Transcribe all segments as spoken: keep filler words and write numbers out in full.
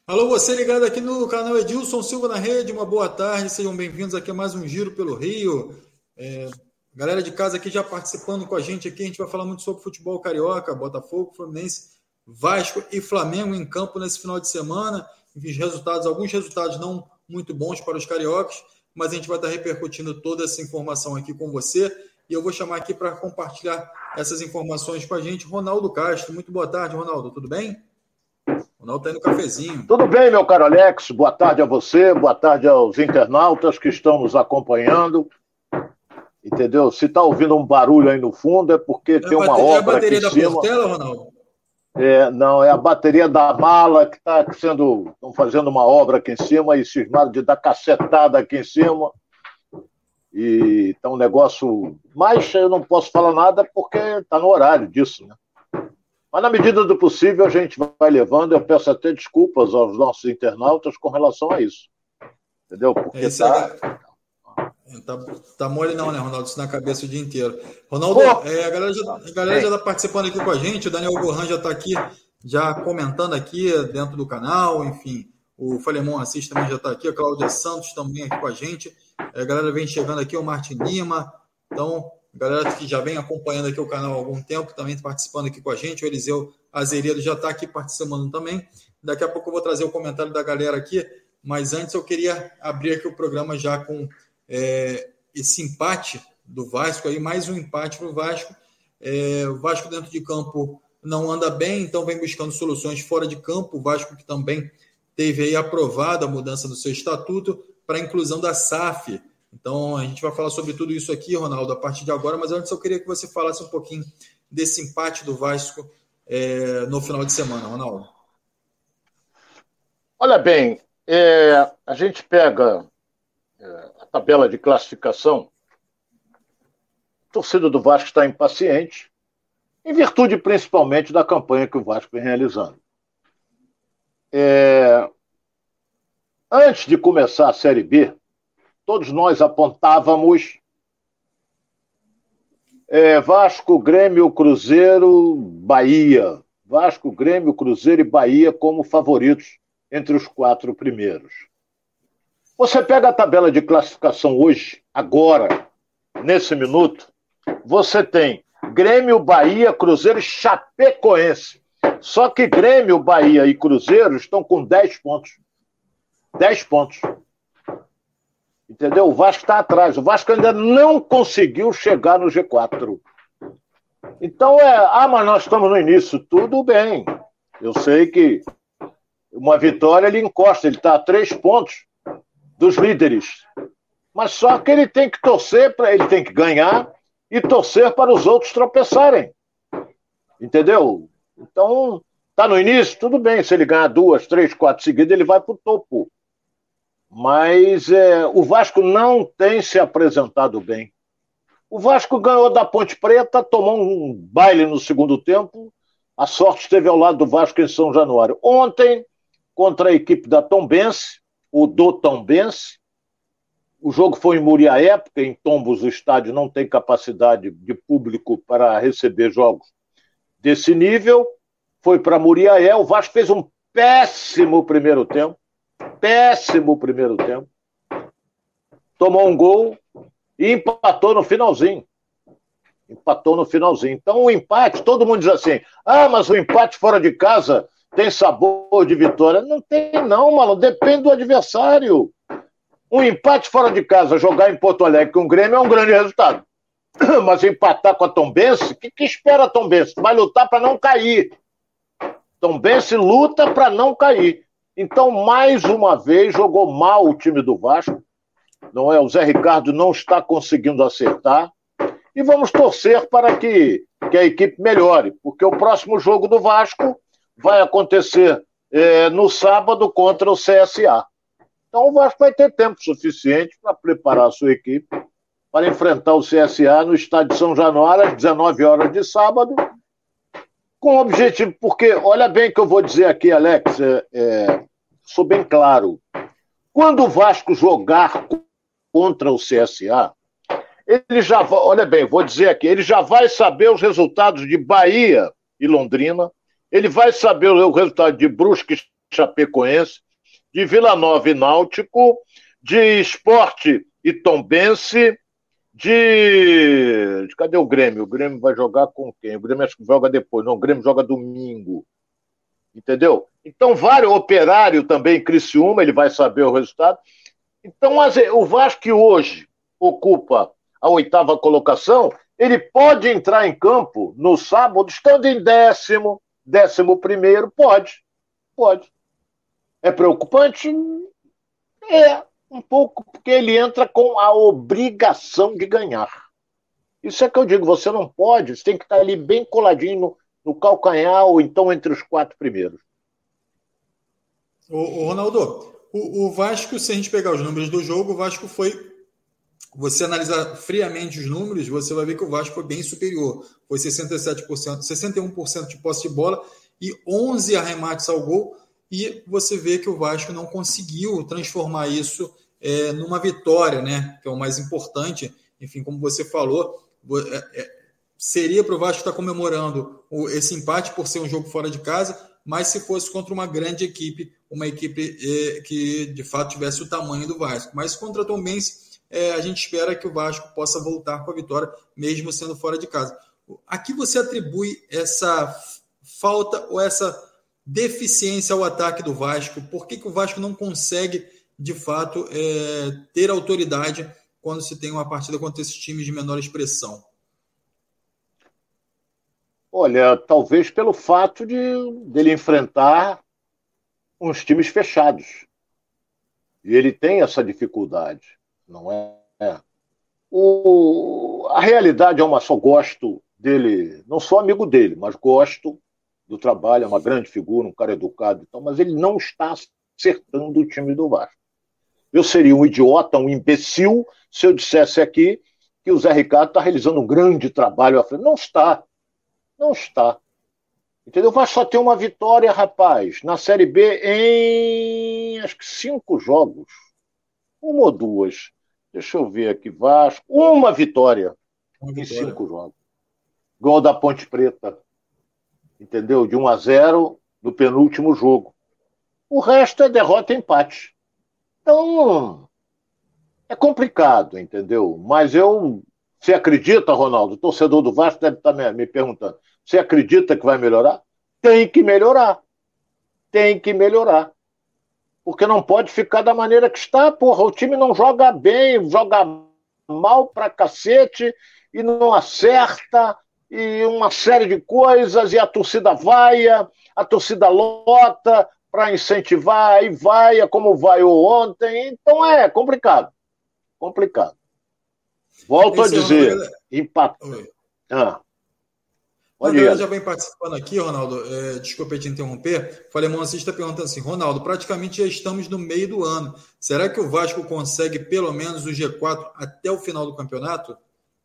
Alô, você ligado aqui no canal Edilson Silva na rede, uma boa tarde, sejam bem-vindos aqui a mais um Giro pelo Rio. É, galera de casa aqui já participando com a gente aqui, a gente vai falar muito sobre futebol carioca, Botafogo, Fluminense, Vasco e Flamengo em campo nesse final de semana. Enfim, resultados, alguns resultados não muito bons para os cariocas, mas a gente vai estar repercutindo toda essa informação aqui com você. E eu vou chamar aqui para compartilhar essas informações com a gente, Ronaldo Castro. Muito boa tarde, Ronaldo, tudo bem? Ronaldo está aí no cafezinho. Tudo bem, meu caro Alex? Boa tarde a você, boa tarde aos internautas que estão nos acompanhando. Entendeu? Se está ouvindo um barulho aí no fundo é porque é tem uma bate... obra é a bateria aqui em da cima. Portela, Ronaldo? É, não, é a bateria da mala que está sendo... Estão fazendo uma obra aqui em cima e cismaram de dar cacetada aqui em cima. E está um negócio... Mas eu não posso falar nada porque está no horário disso, né? Mas, na medida do possível, a gente vai levando. Eu peço até desculpas aos nossos internautas com relação a isso. Entendeu? Porque é, tá... É, tá... Tá mole não, né, Ronaldo? Isso na cabeça o dia inteiro. Ronaldo, é, a galera já, a galera já tá participando aqui com a gente. O Daniel Gohan já está aqui, já comentando aqui dentro do canal. Enfim, o Falemon Assis também já está aqui. A Cláudia Santos também aqui com a gente. É, a galera vem chegando aqui, o Martin Lima. Então... galera que já vem acompanhando aqui o canal há algum tempo, também participando aqui com a gente, o Eliseu Azeredo já está aqui participando também. Daqui a pouco eu vou trazer o comentário da galera aqui, mas antes eu queria abrir aqui o programa já com é, esse empate do Vasco, aí mais um empate para o Vasco. É, o Vasco dentro de campo não anda bem, então vem buscando soluções fora de campo. O Vasco que também teve aí aprovada a mudança do seu estatuto para a inclusão da S A F. Então, a gente vai falar sobre tudo isso aqui, Ronaldo, a partir de agora, mas antes eu queria que você falasse um pouquinho desse empate do Vasco é, no final de semana, Ronaldo. Olha bem, é, a gente pega é, a tabela de classificação, a torcida do Vasco está impaciente, em virtude principalmente da campanha que o Vasco vem realizando. É, antes de começar a Série B, todos nós apontávamos é, Vasco, Grêmio, Cruzeiro, Bahia. Vasco, Grêmio, Cruzeiro e Bahia como favoritos entre os quatro primeiros. Você pega a tabela de classificação hoje, agora, nesse minuto, você tem Grêmio, Bahia, Cruzeiro e Chapecoense. Só que Grêmio, Bahia e Cruzeiro estão com dez pontos. dez pontos. Entendeu? O Vasco está atrás. O Vasco ainda não conseguiu chegar no G quatro. Então é... Ah, mas nós estamos no início. Tudo bem. Eu sei que uma vitória ele encosta. Ele está a três pontos dos líderes. Mas só que ele tem que torcer, para ele tem que ganhar e torcer para os outros tropeçarem. Entendeu? Então, está no início? Tudo bem. Se ele ganhar duas, três, quatro seguidas, ele vai para o topo. Mas é, o Vasco não tem se apresentado bem. O Vasco ganhou da Ponte Preta, tomou um baile no segundo tempo. A sorte esteve ao lado do Vasco em São Januário. Ontem, contra a equipe da Tombense, o do Tombense, o jogo foi em Muriaé, porque em Tombos o estádio não tem capacidade de público para receber jogos desse nível. Foi para Muriaé, o Vasco fez um péssimo primeiro tempo. Péssimo primeiro tempo. Tomou um gol e empatou no finalzinho. Empatou no finalzinho. Então o empate, todo mundo diz assim, ah, mas o empate fora de casa tem sabor de vitória. Não tem não, mano. Depende do adversário. Um empate fora de casa, jogar em Porto Alegre com o Grêmio é um grande resultado. Mas empatar com a Tombense, o que, que espera a Tombense? Vai lutar para não cair. Tombense luta para não cair. Então, mais uma vez, jogou mal o time do Vasco. Não é? O Zé Ricardo não está conseguindo acertar. E vamos torcer para que, que a equipe melhore, porque o próximo jogo do Vasco vai acontecer é, no sábado contra o C S A. Então, o Vasco vai ter tempo suficiente para preparar a sua equipe para enfrentar o C S A no estádio de São Januário às dezenove horas de sábado, com o objetivo, porque, olha bem o que eu vou dizer aqui, Alex, é, é, sou bem claro. Quando o Vasco jogar contra o C S A, ele já vai, olha bem, vou dizer aqui, ele já vai saber os resultados de Bahia e Londrina, ele vai saber o resultado de Brusque Chapecoense, de Vila Nova e Náutico, de Sport e Tombense, de... Cadê o Grêmio? O Grêmio vai jogar com quem? O Grêmio acho que joga depois. Não, o Grêmio joga domingo. Entendeu? Então, vários Operário também, Criciúma, ele vai saber o resultado. Então, o Vasco que hoje ocupa a oitava colocação, ele pode entrar em campo no sábado, estando em décimo, décimo primeiro, pode. Pode. É preocupante? É, um pouco, porque ele entra com a obrigação de ganhar. Isso é que eu digo, você não pode, você tem que estar ali bem coladinho no, no calcanhar ou então entre os quatro primeiros. Ô, ô Ronaldo, o, o Vasco, se a gente pegar os números do jogo, o Vasco foi... Você analisar friamente os números, você vai ver que o Vasco foi bem superior. Foi sessenta e sete por cento, sessenta e um por cento de posse de bola e onze arremates ao gol. E você vê que o Vasco não conseguiu transformar isso é, numa vitória, né? Que é o mais importante. Enfim, como você falou, é, é, seria para o Vasco estar comemorando o, esse empate por ser um jogo fora de casa, mas se fosse contra uma grande equipe, uma equipe é, que de fato tivesse o tamanho do Vasco. Mas contra a Tombense, É, a gente espera que o Vasco possa voltar com a vitória, mesmo sendo fora de casa. A que você atribui essa falta ou essa deficiência ao ataque do Vasco? Por que, que o Vasco não consegue, de fato, é, ter autoridade quando se tem uma partida contra esses times de menor expressão? Olha, talvez pelo fato de dele enfrentar uns times fechados. E ele tem essa dificuldade. Não é? O, a realidade é uma só, gosto dele, não sou amigo dele, mas gosto do trabalho, é uma grande figura, um cara educado, então, mas ele não está acertando o time do Vasco. Eu seria um idiota, um imbecil, se eu dissesse aqui que o Zé Ricardo está realizando um grande trabalho à frente. Não está. Não está. Entendeu? O Vasco só tem uma vitória, rapaz, na Série B em acho que cinco jogos. Uma ou duas. Deixa eu ver aqui, Vasco. Uma vitória, uma vitória. Em cinco jogos. Gol da Ponte Preta. Entendeu? De um a zero no penúltimo jogo. O resto é derrota e empate. Então, é complicado, entendeu? Mas eu... Você acredita, Ronaldo? O torcedor do Vasco deve estar me perguntando. Você acredita que vai melhorar? Tem que melhorar. Tem que melhorar. Porque não pode ficar da maneira que está, porra. O time não joga bem, joga mal pra cacete e não acerta, e uma série de coisas, e a torcida vaia, a torcida lota para incentivar, e vaia, como vaiou ontem. Então é complicado. Complicado. Volto Esse a dizer, é empate. Ah. A galera já vem participando aqui, Ronaldo. É, desculpa te interromper. O Alemão está perguntando assim: Ronaldo, praticamente já estamos no meio do ano. Será que o Vasco consegue pelo menos o G quatro até o final do campeonato?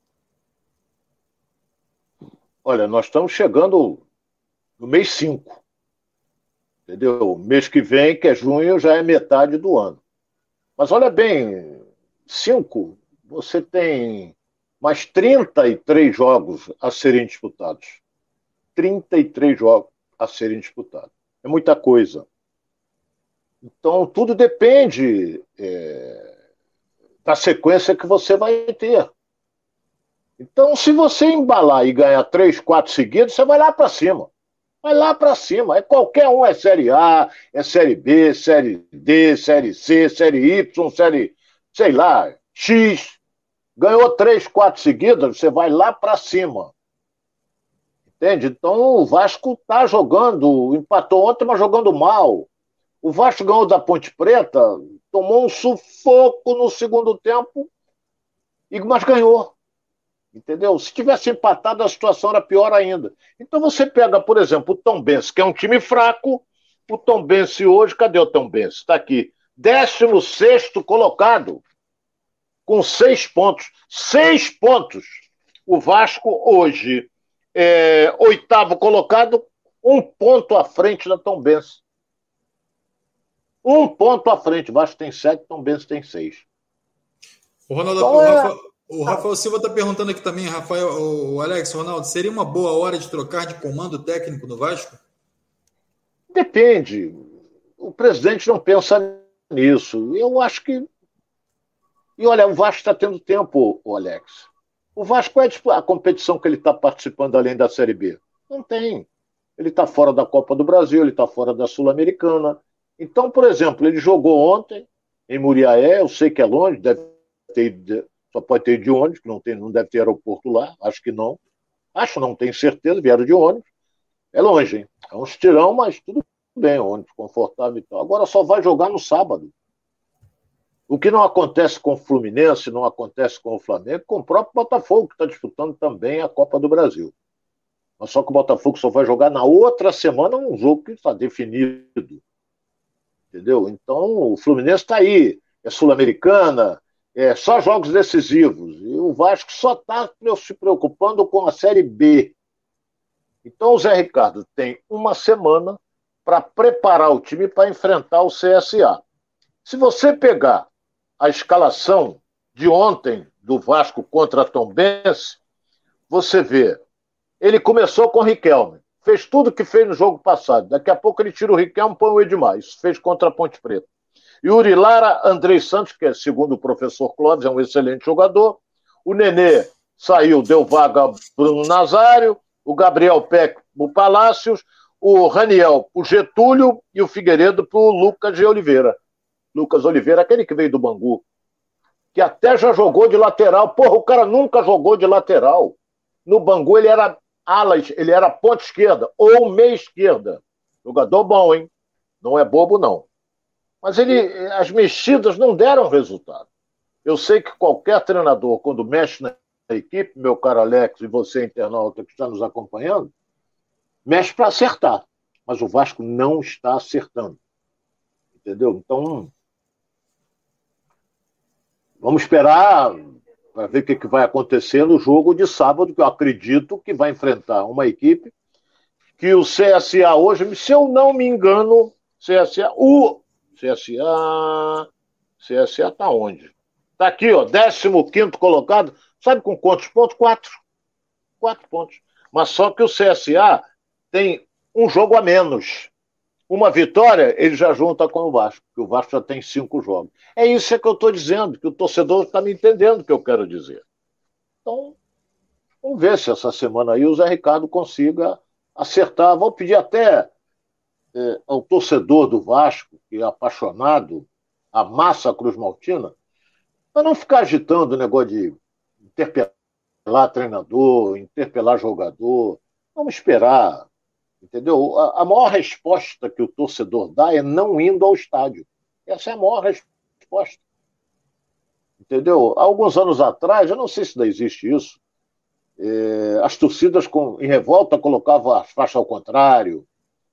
Olha, nós estamos chegando no mês cinco. Entendeu? Mês que vem, que é junho, já é metade do ano. Mas olha bem, cinco, você tem mais trinta e três jogos a serem disputados. trinta e três jogos a serem disputados. É muita coisa. Então, tudo depende é, da sequência que você vai ter. Então, se você embalar e ganhar três, quatro seguidos, você vai lá para cima. Vai lá para cima. É qualquer um, é Série A, é Série B, Série D, Série C, Série Y, Série, sei lá, X. Ganhou três, quatro seguidas, você vai lá para cima. Entende? Então o Vasco está jogando, empatou ontem, mas jogando mal. O Vasco ganhou da Ponte Preta, tomou um sufoco no segundo tempo, mas ganhou. Entendeu? Se tivesse empatado, a situação era pior ainda. Então você pega, por exemplo, o Tombense, que é um time fraco. O Tombense hoje, cadê o Tombense? Está aqui. décimo sexto colocado, com seis pontos. Seis pontos. O Vasco hoje é oitavo colocado, um ponto à frente da Tombense. Um ponto à frente. O Vasco tem sete, Tombense tem seis. O Ronaldo, então, o, Rafa, o Rafael Silva está perguntando aqui também, Rafael, o Alex, Ronaldo, seria uma boa hora de trocar de comando técnico no Vasco? Depende. o presidente não pensa nisso. Eu acho que... E olha, o Vasco está tendo tempo, o Alex. O Vasco é a competição que ele está participando além da Série B. Não tem. Ele está fora da Copa do Brasil, ele está fora da Sul-Americana. Então, por exemplo, ele jogou ontem em Muriaé, eu sei que é longe, deve ter, só pode ter de ônibus, que não, tem, não deve ter aeroporto lá, acho que não. Acho, não tenho certeza, vieram de ônibus. É longe, hein? É um estirão, mas tudo bem, ônibus confortável e tal. Agora só vai jogar no sábado. O que não acontece com o Fluminense, não acontece com o Flamengo, com o próprio Botafogo, que está disputando também a Copa do Brasil. Mas só que o Botafogo só vai jogar na outra semana um jogo que está definido. Entendeu? Então, o Fluminense está aí. É Sul-Americana, é só jogos decisivos. E o Vasco só está se preocupando com a Série B. Então, o Zé Ricardo tem uma semana para preparar o time para enfrentar o C S A. Se você pegar a escalação de ontem do Vasco contra a Tombense, você vê, ele começou com o Riquelme, fez tudo o que fez no jogo passado. Daqui a pouco ele tira o Riquelme e põe o Edmar. Isso fez contra a Ponte Preta. Yuri Lara, Andrei Santos, que é, segundo o professor Clóvis, é um excelente jogador. O Nenê saiu, deu vaga ao Bruno Nazário. O Gabriel Peck para o Palácios. O Raniel para o Getúlio e o Figueiredo para o Lucas de Oliveira. Lucas Oliveira, aquele que veio do Bangu, que até já jogou de lateral. Porra, o cara nunca jogou de lateral. No Bangu ele era ala, ele era ponta esquerda ou meia esquerda. Jogador bom, hein? Não é bobo, não. Mas ele, as mexidas não deram resultado. Eu sei que qualquer treinador, quando mexe na equipe, meu caro Alex, e você, internauta que está nos acompanhando, mexe para acertar. Mas o Vasco não está acertando. Entendeu? Então, vamos esperar para ver o que, que vai acontecer no jogo de sábado, que eu acredito que vai enfrentar uma equipe que o C S A hoje, se eu não me engano, C S A, o C S A, C S A está onde? Está aqui, ó, décimo quinto colocado, sabe com quantos pontos? Quatro. Quatro pontos. Mas só que o C S A tem um jogo a menos. Uma vitória, ele já junta com o Vasco, porque o Vasco já tem cinco jogos. É isso que eu estou dizendo, que o torcedor está me entendendo o que eu quero dizer. Então, vamos ver se essa semana aí o Zé Ricardo consiga acertar. Vou pedir até é, ao torcedor do Vasco, que é apaixonado, a massa Cruz Maltina, para não ficar agitando o negócio de interpelar treinador, interpelar jogador. Vamos esperar. Entendeu? A, a maior resposta que o torcedor dá é não indo ao estádio. Essa é a maior resposta. Entendeu? Há alguns anos atrás, eu não sei se ainda existe isso, é, as torcidas com, em revolta colocavam as faixas ao contrário.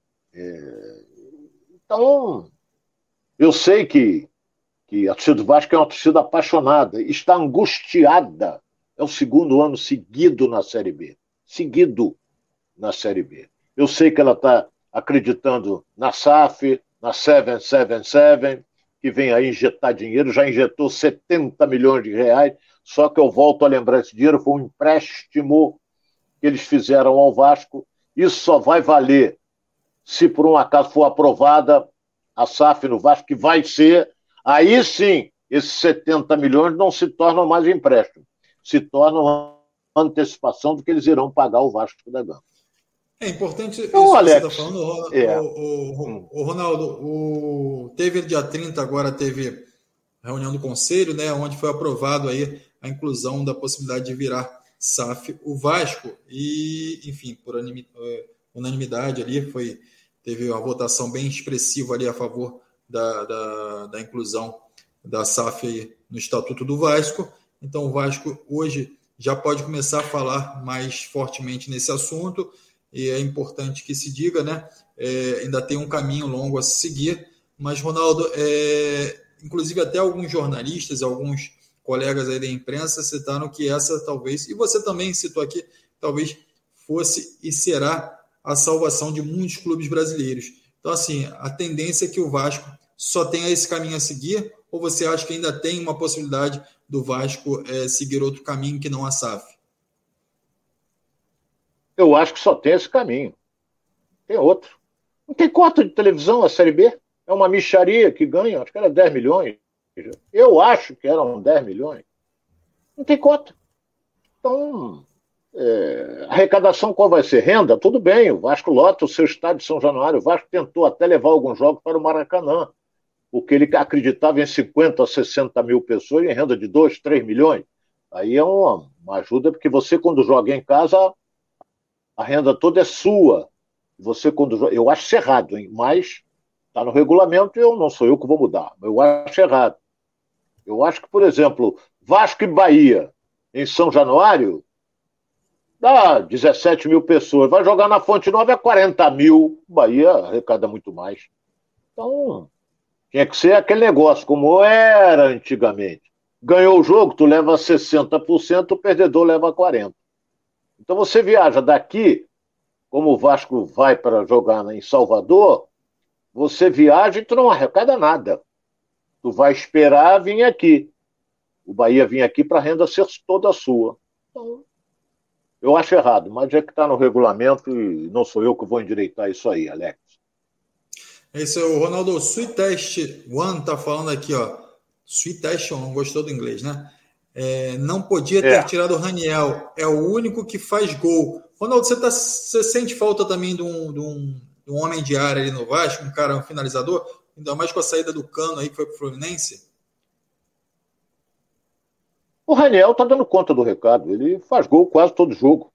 É, então, eu sei que, que a torcida do Vasco é uma torcida apaixonada, está angustiada. É o segundo ano seguido na Série B. Seguido na Série B. Eu sei que ela está acreditando na S A F, na sete sete sete, que vem aí injetar dinheiro, já injetou setenta milhões de reais, só que eu volto a lembrar, esse dinheiro foi um empréstimo que eles fizeram ao Vasco. Isso só vai valer se por um acaso for aprovada a S A F no Vasco, que vai ser, aí sim, esses setenta milhões não se tornam mais empréstimo, se tornam antecipação do que eles irão pagar o Vasco da Gama. É importante então, isso Alex, que você está falando, o, é. o, o, o Ronaldo. O, teve dia trinta, agora teve reunião do Conselho, né, onde foi aprovado aí a inclusão da possibilidade de virar S A F o Vasco. E, enfim, por unanimidade ali, foi, teve uma votação bem expressiva ali a favor da, da, da inclusão da S A F aí no Estatuto do Vasco. Então, o Vasco hoje já pode começar a falar mais fortemente nesse assunto. E é importante que se diga, né? É, ainda tem um caminho longo a se seguir, mas, Ronaldo, é, inclusive até alguns jornalistas, alguns colegas aí da imprensa citaram que essa talvez, e você também citou aqui, talvez fosse e será a salvação de muitos clubes brasileiros. Então, assim, a tendência é que o Vasco só tenha esse caminho a seguir, ou você acha que ainda tem uma possibilidade do Vasco é, seguir outro caminho que não a S A F? Eu acho que só tem esse caminho. Tem outro. Não tem cota de televisão a Série B. É uma mixaria que ganha, acho que era dez milhões. Eu acho que eram dez milhões. Não tem cota. Então, é, a arrecadação qual vai ser? Renda? Tudo bem, o Vasco lota o seu estádio de São Januário. O Vasco tentou até levar alguns jogos para o Maracanã, porque ele acreditava em cinquenta, sessenta mil pessoas em renda de dois, três milhões. Aí é uma, uma ajuda, porque você, quando joga em casa, a renda toda é sua. Você, quando joga... Eu acho isso errado, hein? Mas está no regulamento e eu não sou eu que vou mudar. Eu acho errado. Eu acho que, por exemplo, Vasco e Bahia, em São Januário, dá dezessete mil pessoas. Vai jogar na Fonte Nova é quarenta mil. Bahia arrecada muito mais. Então, tinha que ser aquele negócio, como era antigamente. Ganhou o jogo, tu leva sessenta por cento, o perdedor leva quarenta por cento. Então você viaja daqui, como o Vasco vai para jogar em Salvador, você viaja e tu não arrecada nada. Tu vai esperar vir aqui. O Bahia vir aqui para a renda ser toda sua. Então, eu acho errado, mas é que está no regulamento e não sou eu que vou endireitar isso aí, Alex. Esse é o Ronaldo Sweet Test One, tá falando aqui, ó. Sweet Test One, gostou do inglês, né? É, não podia ter é. tirado o Raniel, é o único que faz gol. Ronaldo, você, tá, você sente falta também de um, de, um, de um homem de área ali no Vasco, um cara, um finalizador? Ainda mais com a saída do Cano aí que foi pro Fluminense? O Raniel tá dando conta do recado, ele faz gol quase todo jogo.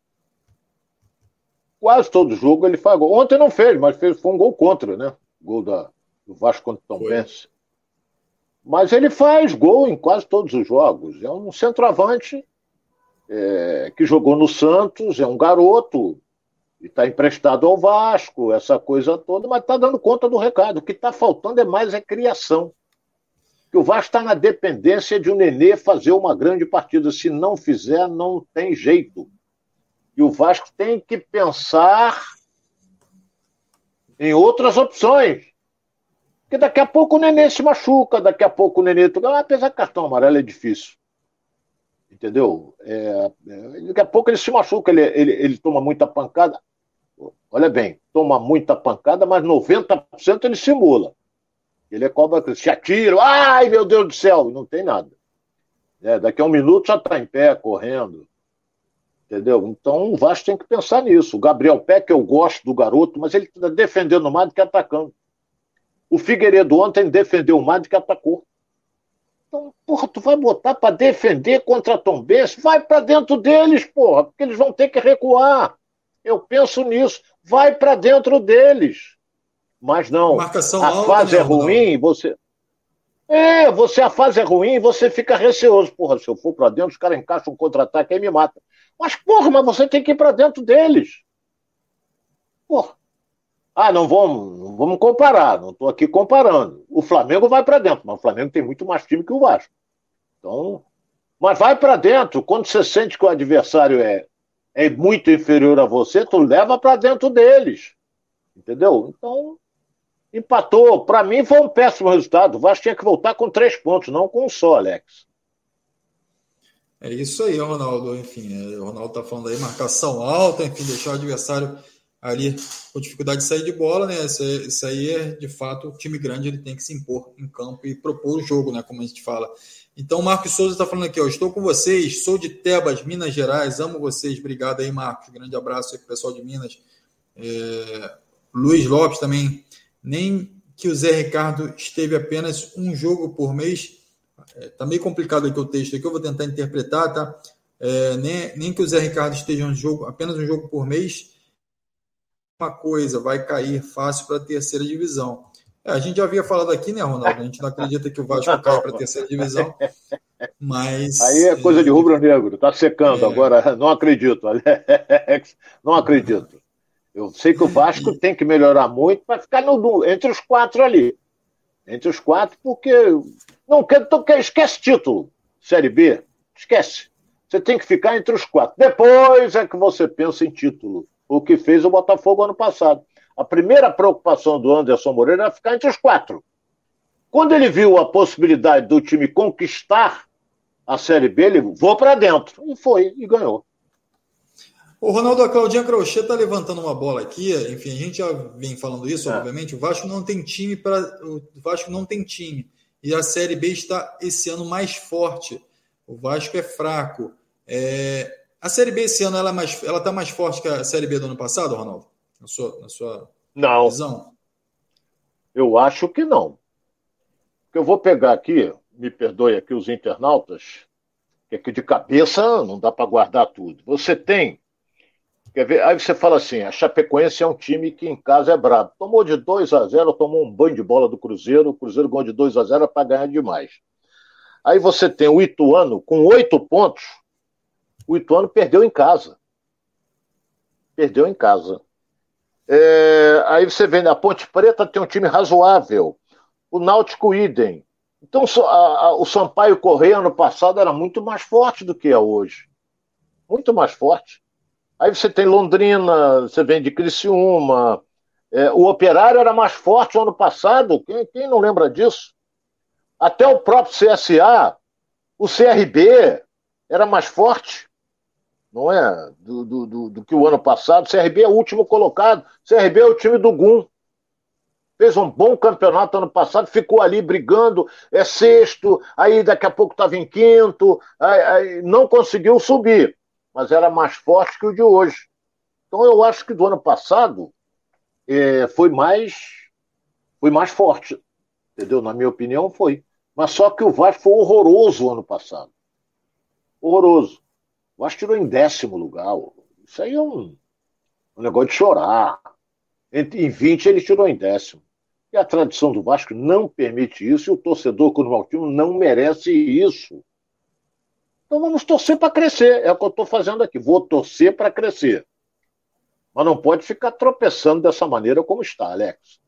Quase todo jogo ele faz gol. Ontem não fez, mas fez, foi um gol contra, né? Gol da, do Vasco contra o Tombense. Mas ele faz gol em quase todos os jogos. É um centroavante é, que jogou no Santos, é um garoto, e está emprestado ao Vasco, essa coisa toda, mas está dando conta do recado. O que está faltando é mais é criação. Que o Vasco está na dependência de um Nenê fazer uma grande partida. Se não fizer, não tem jeito. E o Vasco tem que pensar em outras opções. Porque daqui a pouco o Nenê se machuca, daqui a pouco o Nenê... Apesar que cartão amarelo é difícil. Entendeu? É, é, daqui a pouco ele se machuca, ele, ele, ele toma muita pancada. Olha bem, toma muita pancada, mas noventa por cento ele simula. Ele é cobra, se atira, ai meu Deus do céu, não tem nada. É, daqui a um minuto já está em pé, correndo. Entendeu? Então o Vasco tem que pensar nisso. O Gabriel Peck, eu gosto do garoto, mas ele está defendendo mais do que atacando. O Figueiredo ontem defendeu mais do que atacou. Então, porra, tu vai botar para defender contra a Tombense? Vai para dentro deles, porra, porque eles vão ter que recuar. Eu penso nisso. Vai para dentro deles. Mas não, Marcação a fase é ruim, não. você... É, você, a fase é ruim, você fica receoso. Porra, se eu for para dentro, os caras encaixam um contra-ataque e me matam. Mas, porra, mas você tem que ir para dentro deles. Porra. Ah, não vamos, não vamos comparar, não estou aqui comparando. O Flamengo vai para dentro, mas o Flamengo tem muito mais time que o Vasco. Então, mas vai para dentro. Quando você sente que o adversário é, é muito inferior a você, tu leva para dentro deles. Entendeu? Então, empatou. Para mim foi um péssimo resultado. O Vasco tinha que voltar com três pontos, não com um só, Alex. É isso aí, Ronaldo. Enfim, o Ronaldo está falando aí, marcação alta, enfim, deixar o adversário ali com dificuldade de sair de bola, né? Isso, isso aí é, de fato, o time grande ele tem que se impor em campo e propor o jogo, né? Como a gente fala. Então, o Marcos Souza está falando aqui, ó, estou com vocês, sou de Tebas, Minas Gerais, amo vocês, obrigado aí, Marcos, grande abraço aí pro pessoal de Minas. É... Luiz Lopes também, nem que o Zé Ricardo esteve apenas um jogo por mês, é, tá meio complicado aqui o texto aqui, eu vou tentar interpretar, tá? É, nem, nem que o Zé Ricardo esteja um jogo, apenas um jogo por mês, uma coisa, vai cair fácil para a terceira divisão. É, a gente já havia falado aqui, né, Ronaldo? A gente não acredita que o Vasco caia para a terceira divisão, mas... Aí é coisa é, de rubro-negro, tá secando é... agora, não acredito, não acredito. Eu sei que o Vasco tem que melhorar muito para ficar no, entre os quatro ali. Entre os quatro, porque não quer, não quer, esquece título. Série B, esquece. Você tem que ficar entre os quatro. Depois é que você pensa em título. O que fez o Botafogo ano passado. A primeira preocupação do Anderson Moreira era ficar entre os quatro. Quando ele viu a possibilidade do time conquistar a Série B, ele vou para dentro. E foi, e ganhou. O Ronaldo, a Claudinha Crochê está levantando uma bola aqui. Enfim, a gente já vem falando isso, É. obviamente. O Vasco não tem time para. O Vasco não tem time. E a Série B está esse ano mais forte. O Vasco é fraco. É... A Série B esse ano ela é mais, ela está mais forte que a Série B do ano passado, Ronaldo? Na sua, na sua Não, visão? eu acho que não. Eu vou pegar aqui, me perdoe aqui os internautas, que aqui de cabeça não dá para guardar tudo. Você tem, quer ver? Aí você fala assim, a Chapecoense é um time que em casa é brabo. Tomou de dois a zero, tomou um banho de bola do Cruzeiro, o Cruzeiro ganhou de dois a zero para ganhar demais. Aí você tem o Ituano com oito pontos, o Ituano perdeu em casa. Perdeu em casa. É, aí você vê, a Ponte Preta tem um time razoável, o Náutico idem. Então a, a, o Sampaio Corrêa ano passado era muito mais forte do que é hoje. Muito mais forte. Aí você tem Londrina, você vem de Criciúma. É, o Operário era mais forte o ano passado. Quem, quem não lembra disso? Até o próprio C S A, o C R B era mais forte, não é? Do, do, do, do que o ano passado. O C R B é o último colocado. O C R B é o time do Gum. Fez um bom campeonato ano passado, ficou ali brigando, é sexto, aí daqui a pouco estava em quinto, aí, aí não conseguiu subir, mas era mais forte que o de hoje. Então eu acho que do ano passado é, foi mais foi mais forte, entendeu? Na minha opinião foi. Mas só que o Vasco foi horroroso ano passado. Horroroso. O Vasco tirou em décimo lugar. Isso aí é um, um negócio de chorar. Em vinte ele tirou em décimo. E a tradição do Vasco não permite isso, e o torcedor Cruz-Maltino não merece isso. Então vamos torcer para crescer. É o que eu estou fazendo aqui. Vou torcer para crescer. Mas não pode ficar tropeçando dessa maneira como está, Alex.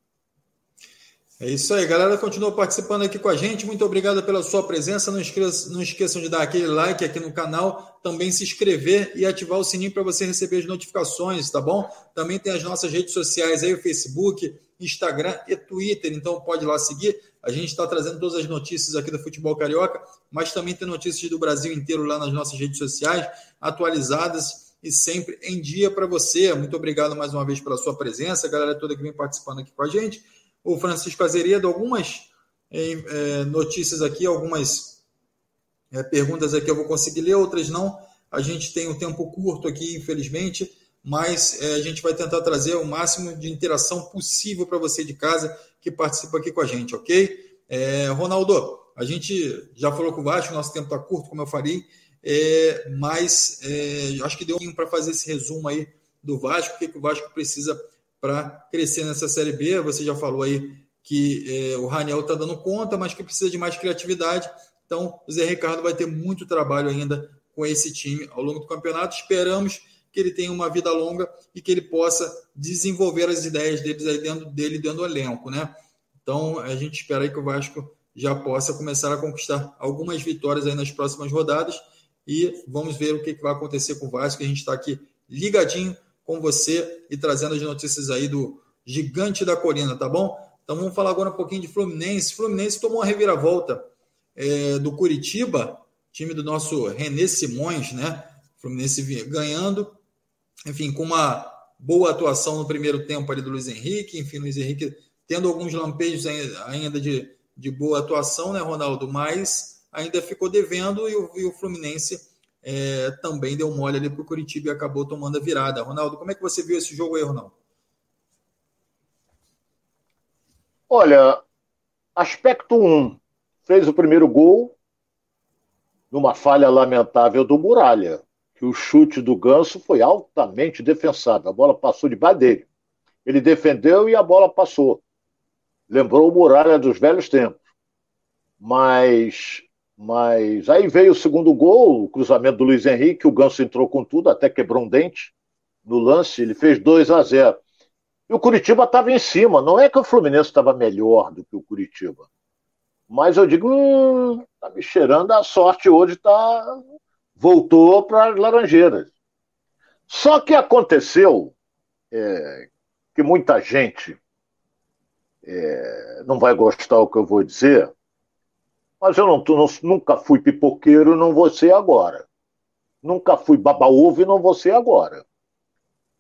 É isso aí, galera. Continua participando aqui com a gente. Muito obrigado pela sua presença. Não esqueçam, não esqueçam de dar aquele like aqui no canal, também se inscrever e ativar o sininho para você receber as notificações, tá bom? Também tem as nossas redes sociais aí, o Facebook, Instagram e Twitter, então pode ir lá seguir. A gente está trazendo todas as notícias aqui do futebol carioca, mas também tem notícias do Brasil inteiro lá nas nossas redes sociais, atualizadas e sempre em dia para você. Muito obrigado mais uma vez pela sua presença, a galera toda que vem participando aqui com a gente. O Francisco Azeredo, algumas é, notícias aqui, algumas é, perguntas aqui eu vou conseguir ler, outras não. A gente tem um tempo curto aqui, infelizmente, mas é, a gente vai tentar trazer o máximo de interação possível para você de casa que participa aqui com a gente, ok? É, Ronaldo, a gente já falou com o Vasco, nosso tempo está curto, como eu falei, é, mas é, acho que deu para fazer esse resumo aí do Vasco, o que, que o Vasco precisa para crescer nessa Série B. Você já falou aí que é, o Raniel está dando conta, mas que precisa de mais criatividade. Então, o Zé Ricardo vai ter muito trabalho ainda com esse time ao longo do campeonato. Esperamos que ele tenha uma vida longa e que ele possa desenvolver as ideias deles aí dentro, dele dentro do elenco, né? Então, a gente espera aí que o Vasco já possa começar a conquistar algumas vitórias aí nas próximas rodadas e vamos ver o que, que vai acontecer com o Vasco. A gente está aqui ligadinho com você e trazendo as notícias aí do gigante da colina, tá bom? Então vamos falar agora um pouquinho de Fluminense. Fluminense tomou uma reviravolta é, do Curitiba, time do nosso René Simões, né? Fluminense ganhando, enfim, com uma boa atuação no primeiro tempo ali do Luiz Henrique, enfim, Luiz Henrique tendo alguns lampejos ainda de, de boa atuação, né, Ronaldo? Mas ainda ficou devendo e o, e o Fluminense É, também deu mole ali para o Curitiba e acabou tomando a virada. Ronaldo, como é que você viu esse jogo aí, Ronaldo? Olha, aspecto um, fez o primeiro gol numa falha lamentável do Muralha, que o chute do Ganso foi altamente defensável. A bola passou debaixo dele. Ele defendeu e a bola passou. Lembrou o Muralha dos velhos tempos. Mas... Mas aí veio o segundo gol, o cruzamento do Luiz Henrique, o Ganso entrou com tudo, até quebrou um dente no lance, ele fez dois a zero. E o Curitiba estava em cima, não é que o Fluminense estava melhor do que o Curitiba. Mas eu digo, hum, tá me cheirando, a sorte hoje tá... voltou para as Laranjeiras. Só que aconteceu é, que muita gente é, não vai gostar do que eu vou dizer, mas eu não, não, nunca fui pipoqueiro, não vou ser agora. Nunca fui baba-ovo e não vou ser agora.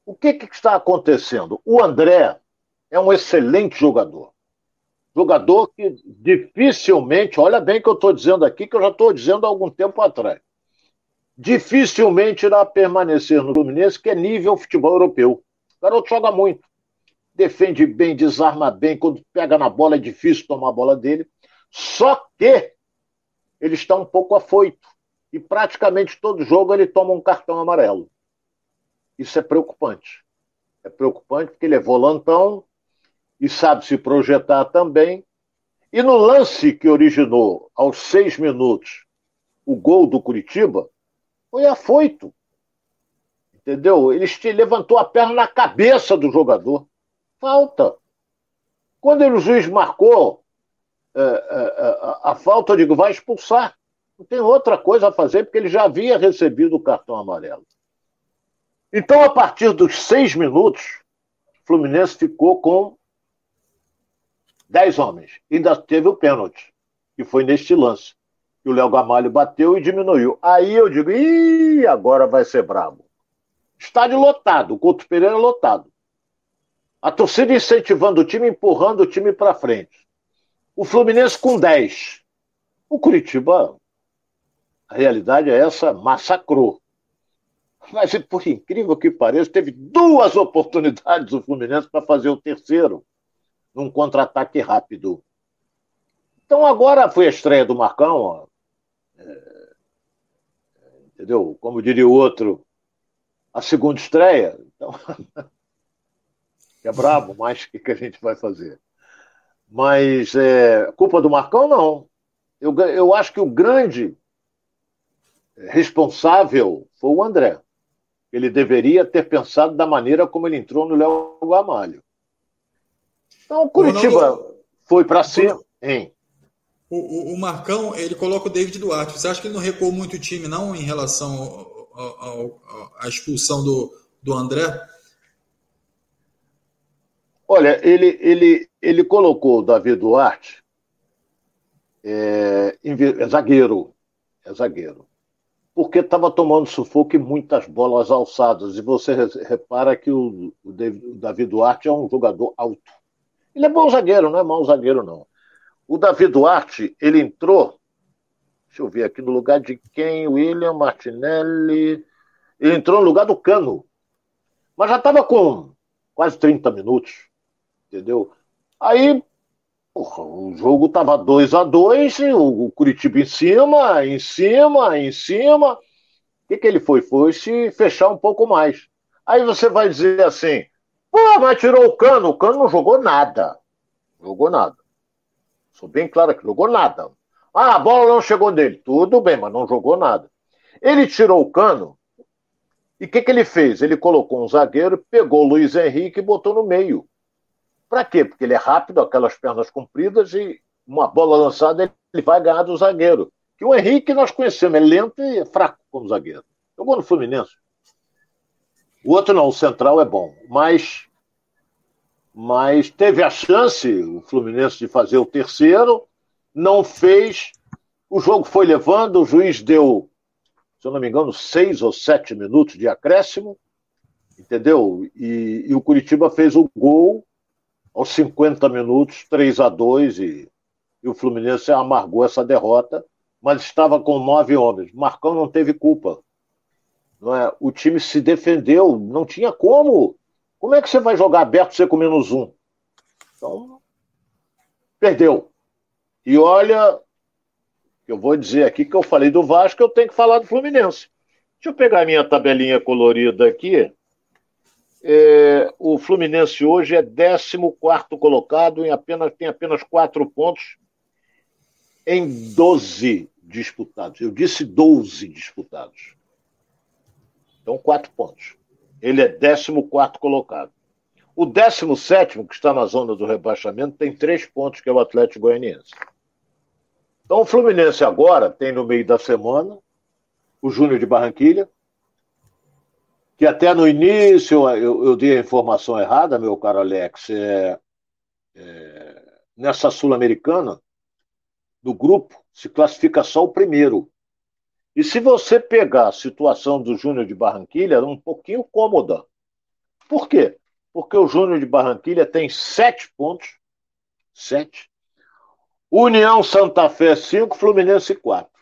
O que, que está acontecendo? O André é um excelente jogador. Jogador que dificilmente, olha bem o que eu estou dizendo aqui, que eu já estou dizendo há algum tempo atrás, dificilmente irá permanecer no Fluminense, que é nível futebol europeu. O garoto joga muito. Defende bem, desarma bem, quando pega na bola é difícil tomar a bola dele. Só que ele está um pouco afoito. E praticamente todo jogo ele toma um cartão amarelo. Isso é preocupante. É preocupante porque ele é volantão e sabe se projetar também. E no lance que originou, aos seis minutos, o gol do Curitiba, foi afoito. Entendeu? Ele levantou a perna na cabeça do jogador. Falta. Quando ele, o juiz marcou é, é, a, a falta, eu digo, vai expulsar. Não tem outra coisa a fazer, porque ele já havia recebido o cartão amarelo. Então, a partir dos seis minutos, o Fluminense ficou com dez homens. Ainda teve o pênalti, que foi neste lance. Que o Léo Gamalho bateu e diminuiu. Aí eu digo, ih, agora vai ser brabo. Estádio lotado, o Couto Pereira lotado. A torcida incentivando o time, empurrando o time para frente. O Fluminense com dez. O Curitiba, a realidade é essa, massacrou. Mas, por incrível que pareça, teve duas oportunidades o Fluminense para fazer o terceiro, num contra-ataque rápido. Então, agora foi a estreia do Marcão, ó. É, entendeu? Como diria o outro, a segunda estreia. Então, é brabo, mas o que, que a gente vai fazer? Mas é, culpa do Marcão, não. Eu, eu acho que o grande responsável foi o André. Ele deveria ter pensado da maneira como ele entrou no Léo Gamalho. Então, o Curitiba Ronaldo, foi para cima. Hein? O, o, o Marcão, ele coloca o David Duarte. Você acha que ele não recuou muito o time, não, em relação à expulsão do, do André? Olha, ele, ele, ele colocou o David Duarte, é, é zagueiro, é zagueiro, porque estava tomando sufoco e muitas bolas alçadas. E você repara que o, o, David, o David Duarte é um jogador alto. Ele é bom zagueiro, não é mau zagueiro, não. O David Duarte, ele entrou, deixa eu ver aqui, no lugar de quem? William Martinelli. Ele entrou no lugar do Cano, mas já estava com quase trinta minutos. Entendeu? Aí, porra, o jogo estava dois a dois, o Curitiba em cima, em cima, em cima. O que, que ele foi? Foi se fechar um pouco mais. Aí você vai dizer assim, pô, mas tirou o Cano. O Cano não jogou nada. Jogou nada. Sou bem claro que jogou nada. Ah, a bola não chegou nele. Tudo bem, mas não jogou nada. Ele tirou o Cano e o que, que ele fez? Ele colocou um zagueiro, pegou o Luiz Henrique e botou no meio. Para quê? Porque ele é rápido, aquelas pernas compridas, e uma bola lançada ele vai ganhar do zagueiro. Que o Henrique nós conhecemos, é lento e fraco como zagueiro. Jogou no Fluminense. O outro não, o central é bom. Mas, mas teve a chance, o Fluminense, de fazer o terceiro, não fez. O jogo foi levando, o juiz deu, se eu não me engano, seis ou sete minutos de acréscimo, entendeu? E, e o Curitiba fez o gol aos cinquenta minutos, três a dois, e, e o Fluminense amargou essa derrota, mas estava com nove homens. Marcão não teve culpa. Não é? O time se defendeu, não tinha como. Como é que você vai jogar aberto você com menos um? Então, perdeu. E olha, eu vou dizer aqui que eu falei do Vasco, eu tenho que falar do Fluminense. Deixa eu pegar a minha tabelinha colorida aqui. É, o Fluminense hoje é décimo quarto colocado, em apenas, tem apenas quatro pontos em doze disputados. Eu disse doze disputados. Então, quatro pontos. Ele é décimo quarto colocado. O décimo sétimo, que está na zona do rebaixamento, tem três pontos, que é o Atlético Goianiense. Então, o Fluminense agora tem no meio da semana o Júnior de Barranquilha, que até no início eu, eu dei a informação errada, meu caro Alex, é, é, nessa Sul-Americana, do grupo, se classifica só o primeiro. E se você pegar a situação do Júnior de Barranquilha, é um pouquinho cômoda. Por quê? Porque o Júnior de Barranquilha tem sete pontos, sete. União Santa Fé, cinco, Fluminense, quatro.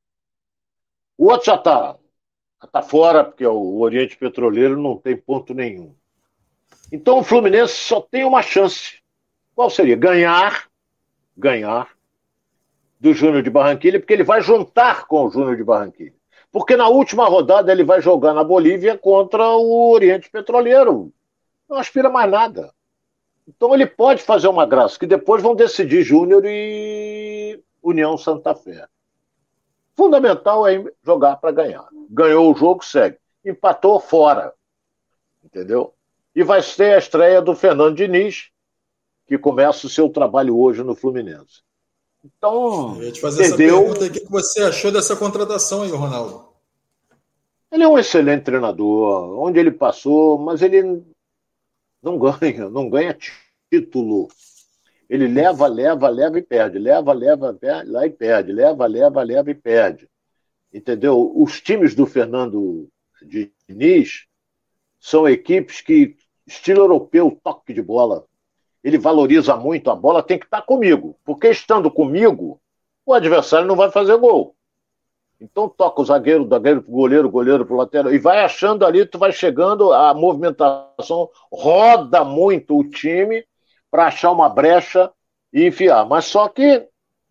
O outro já está tá fora, porque o Oriente Petroleiro não tem ponto nenhum. Então o Fluminense só tem uma chance. Qual seria? Ganhar, ganhar do Júnior de Barranquilha, porque ele vai juntar com o Júnior de Barranquilha. Porque na última rodada ele vai jogar na Bolívia contra o Oriente Petroleiro. Não aspira mais nada. Então ele pode fazer uma graça, que depois vão decidir Júnior e União Santa Fé. Fundamental é jogar para ganhar. Ganhou o jogo, segue. Empatou, fora. Entendeu? E vai ser a estreia do Fernando Diniz, que começa o seu trabalho hoje no Fluminense. Então, eu ia te fazer perdeu... essa pergunta. O que você achou dessa contratação aí, Ronaldo? Ele é um excelente treinador, onde ele passou, mas ele não ganha, não ganha título. Ele leva, leva, leva e perde. Leva, leva, perde, lá e perde. Leva, leva, leva e perde. Entendeu? Os times do Fernando Diniz são equipes que, estilo europeu, toque de bola. Ele valoriza muito a bola, tem que estar comigo. Porque estando comigo, o adversário não vai fazer gol. Então toca o zagueiro, o zagueiro pro goleiro, o goleiro pro lateral. E vai achando ali, tu vai chegando, a movimentação roda muito o time para achar uma brecha e enfiar. Mas só que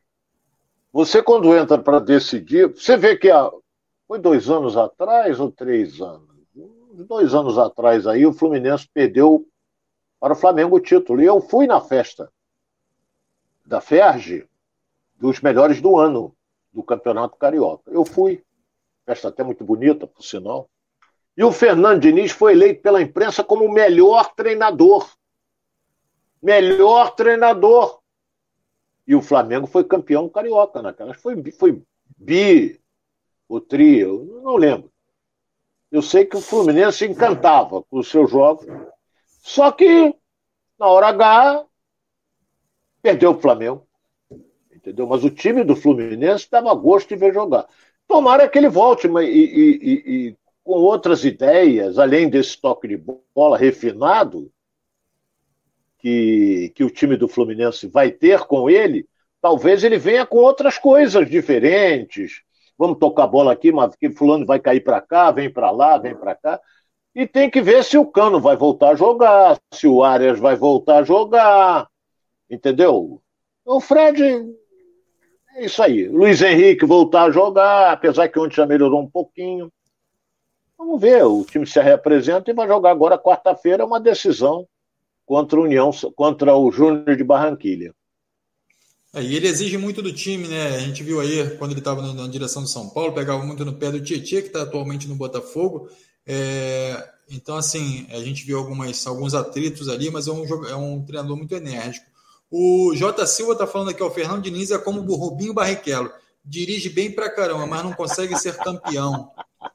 você quando entra para decidir, você vê que há, foi dois anos atrás ou três anos? Dois anos atrás aí o Fluminense perdeu para o Flamengo o título. E eu fui na festa da Ferge dos melhores do ano do Campeonato Carioca. Eu fui. Festa até muito bonita, por sinal. E o Fernando Diniz foi eleito pela imprensa como o melhor treinador. Melhor treinador. E o Flamengo foi campeão carioca naquela. Foi, foi bi, o tri, eu não lembro. Eu sei que o Fluminense encantava com os seus jogos. Só que, na hora H, perdeu o Flamengo. Entendeu? Mas o time do Fluminense dava gosto de ver jogar. Tomara que ele volte mas, e, e, e, e com outras ideias, além desse toque de bola refinado que, que o time do Fluminense vai ter com ele, talvez ele venha com outras coisas diferentes. Vamos tocar a bola aqui, mas que fulano vai cair para cá, vem para lá, vem para cá. E tem que ver se o Cano vai voltar a jogar, se o Arias vai voltar a jogar. Entendeu? O Fred... É isso aí. Luiz Henrique voltar a jogar, apesar que ontem já melhorou um pouquinho. Vamos ver, o time se representa e vai jogar agora quarta-feira uma decisão contra o União, contra o Júnior de Barranquilha. É, e ele exige muito do time, né? A gente viu aí, quando ele estava na, na direção de São Paulo, pegava muito no pé do Tietê, que está atualmente no Botafogo. É, então, assim, a gente viu algumas, alguns atritos ali, mas é um, é um treinador muito enérgico. O J. Silva está falando aqui, ó, o Fernando Diniz é como o Rubinho Barrichello. Dirige bem pra caramba, mas não consegue ser campeão.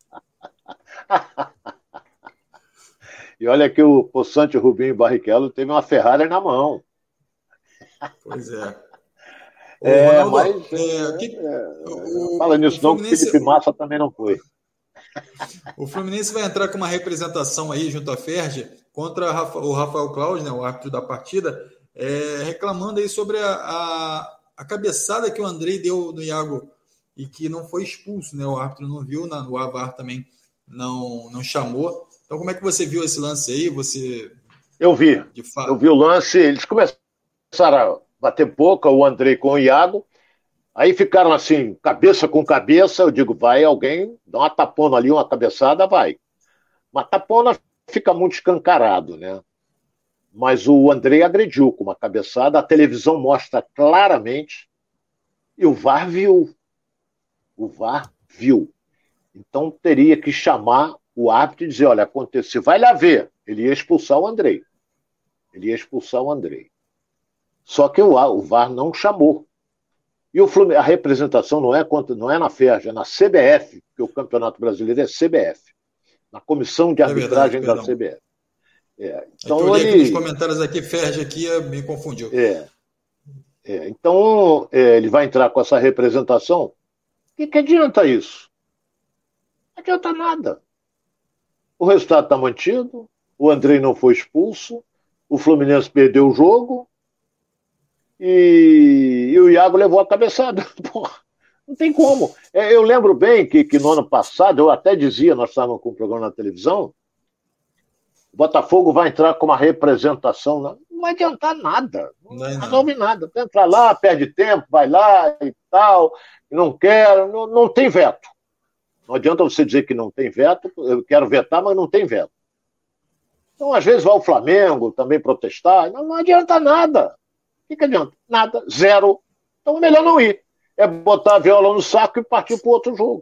E olha que o possante Rubinho Barrichello teve uma Ferrari na mão. Pois é. O é, Ronaldo, mas... É, que, é, o, fala nisso não, que o Felipe Massa também não foi. O Fluminense vai entrar com uma representação aí junto à Ferge contra o Rafael Claus, né, o árbitro da partida, é, reclamando aí sobre a, a, a cabeçada que o Andrei deu no Iago e que não foi expulso, né? O árbitro não viu, na, o A V A R também não, não chamou. Então, como é que você viu esse lance aí? Você... Eu vi, de fato... eu vi o lance, eles começaram a bater boca, o Andrei com o Iago, aí ficaram assim, cabeça com cabeça, eu digo, vai alguém, dá uma tapona ali, uma cabeçada, vai. Uma tapona fica muito escancarado, né? Mas o Andrei agrediu com uma cabeçada, a televisão mostra claramente, e o V A R viu. O V A R viu. Então teria que chamar o árbitro e dizer, olha, aconteceu, vai lá ver. Ele ia expulsar o Andrei. Ele ia expulsar o Andrei. Só que o, o V A R não chamou. E o Fluminense, a representação não é, contra, não é na Ferja, é na C B F, porque o Campeonato Brasileiro é C B F. Na Comissão de Arbitragem é verdade, da C B F. É, então, é eu olhei ele... nos comentários aqui, Ferge aqui me confundiu. É, é, então, é, ele vai entrar com essa representação. O que, que adianta isso? Não adianta nada. O resultado está mantido, o Andrei não foi expulso, o Fluminense perdeu o jogo e, e o Iago levou a cabeçada. Porra, não tem como. É, eu lembro bem que, que no ano passado, eu até dizia, nós estávamos com um programa na televisão, o Botafogo vai entrar com uma representação. Não, não vai adiantar nada. Não, não resolve nada. Entra lá, perde tempo, vai lá e tal. Não quer, não, não tem veto. Não adianta você dizer que não tem veto. Eu quero vetar, mas não tem veto. Então, às vezes, vai o Flamengo também protestar. Não, não adianta nada. O que, que adianta? Nada. Zero. Então, melhor não ir. É botar a viola no saco e partir para o outro jogo.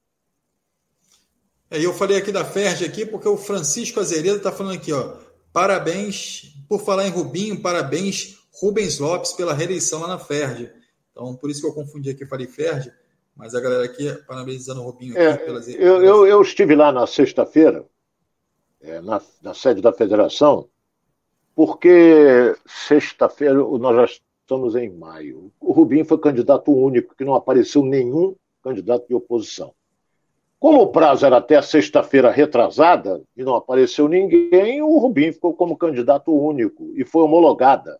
É, eu falei aqui da Ferdi aqui porque o Francisco Azeredo está falando aqui, ó. Parabéns, por falar em Rubinho, parabéns Rubens Lopes pela reeleição lá na Ferdi. Então, por isso que eu confundi aqui, falei Ferdi, mas a galera aqui parabenizando o Rubinho aqui é, pelas... eu, eu, eu estive lá na sexta-feira, é, na, na sede da federação, porque sexta-feira nós já estamos em maio. O Rubinho foi candidato único, que não apareceu nenhum candidato de oposição. Como o prazo era até a sexta-feira retrasada e não apareceu ninguém, o Rubinho ficou como candidato único e foi homologada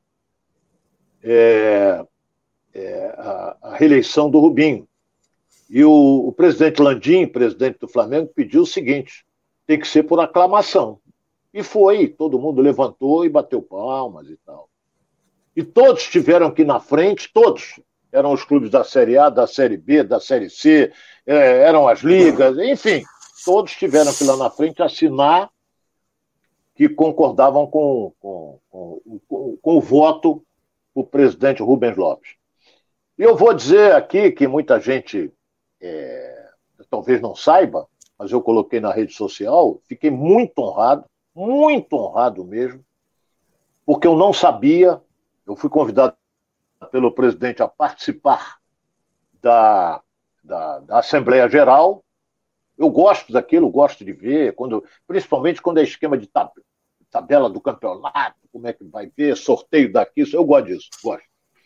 é, é, a, a reeleição do Rubinho. E o, o presidente Landim, presidente do Flamengo, pediu o seguinte: tem que ser por aclamação. E foi, todo mundo levantou e bateu palmas e tal. E todos estiveram aqui na frente, todos. Eram os clubes da Série A, da Série B, da Série C, é, eram as ligas, enfim, todos tiveram que ir lá na frente assinar que concordavam com, com, com, com, com o voto do presidente Rubens Lopes. E eu vou dizer aqui que muita gente é, talvez não saiba, mas eu coloquei na rede social, fiquei muito honrado, muito honrado mesmo, porque eu não sabia, eu fui convidado pelo presidente a participar da, da, da Assembleia Geral. Eu gosto daquilo, gosto de ver, quando, principalmente quando é esquema de tab, tabela do campeonato, como é que vai ver, sorteio daqui, eu gosto disso, gosto.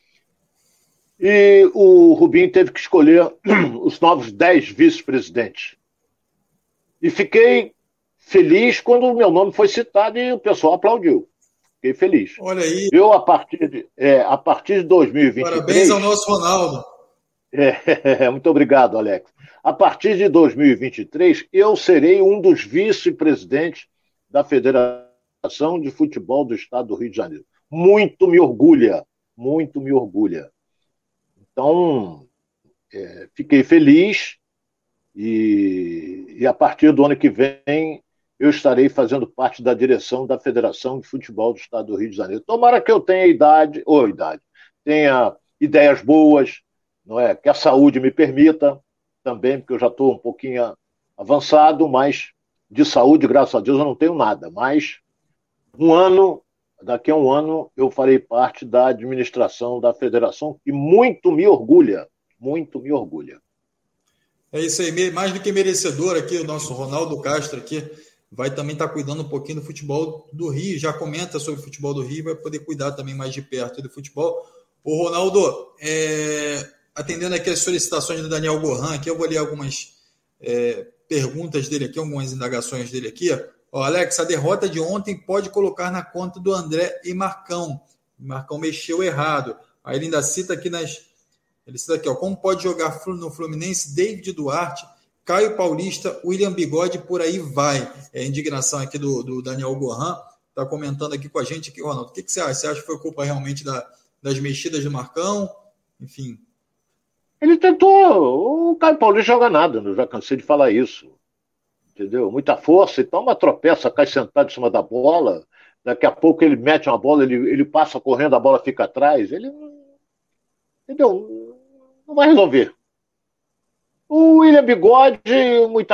E o Rubinho teve que escolher os novos dez vice-presidentes. E fiquei feliz quando o meu nome foi citado e o pessoal aplaudiu. Fiquei feliz. Olha aí. Eu, a partir de, é, a partir de dois mil e vinte e três... Parabéns ao nosso Ronaldo. É, muito obrigado, Alex. A partir de dois mil e vinte e três, eu serei um dos vice-presidentes da Federação de Futebol do Estado do Rio de Janeiro. Muito me orgulha, muito me orgulha. Então, é, fiquei feliz e, e a partir do ano que vem eu estarei fazendo parte da direção da Federação de Futebol do Estado do Rio de Janeiro. Tomara que eu tenha idade, ou idade, tenha ideias boas, não é? Que a saúde me permita também, porque eu já estou um pouquinho avançado, mas de saúde, graças a Deus, eu não tenho nada. Mas um ano, daqui a um ano, eu farei parte da administração da federação e muito me orgulha, muito me orgulha. É isso aí, mais do que merecedor aqui, o nosso Ronaldo Castro aqui vai também estar cuidando um pouquinho do futebol do Rio, já comenta sobre o futebol do Rio, vai poder cuidar também mais de perto do futebol. Ô Ronaldo, é, atendendo aqui as solicitações do Daniel Gohan, aqui eu vou ler algumas é, perguntas dele aqui, algumas indagações dele aqui. Ó, Alex, a derrota de ontem pode colocar na conta do André e Marcão. Marcão mexeu errado. Aí ele ainda cita aqui nas... Ele cita aqui, ó, como pode jogar no Fluminense David Duarte, Caio Paulista, William Bigode, por aí vai. É a indignação aqui do, do Daniel Gohan, está comentando aqui com a gente aqui, Ronaldo. O que, que você acha? Você acha que foi culpa realmente da, das mexidas do Marcão? Enfim. Ele tentou. O Caio Paulista joga nada, eu já cansei de falar isso. Entendeu? Muita força, então uma tropeça, cai sentado em cima da bola. Daqui a pouco ele mete uma bola, ele, ele passa correndo, a bola fica atrás. Ele. Entendeu? Não vai resolver. O William Bigode, muita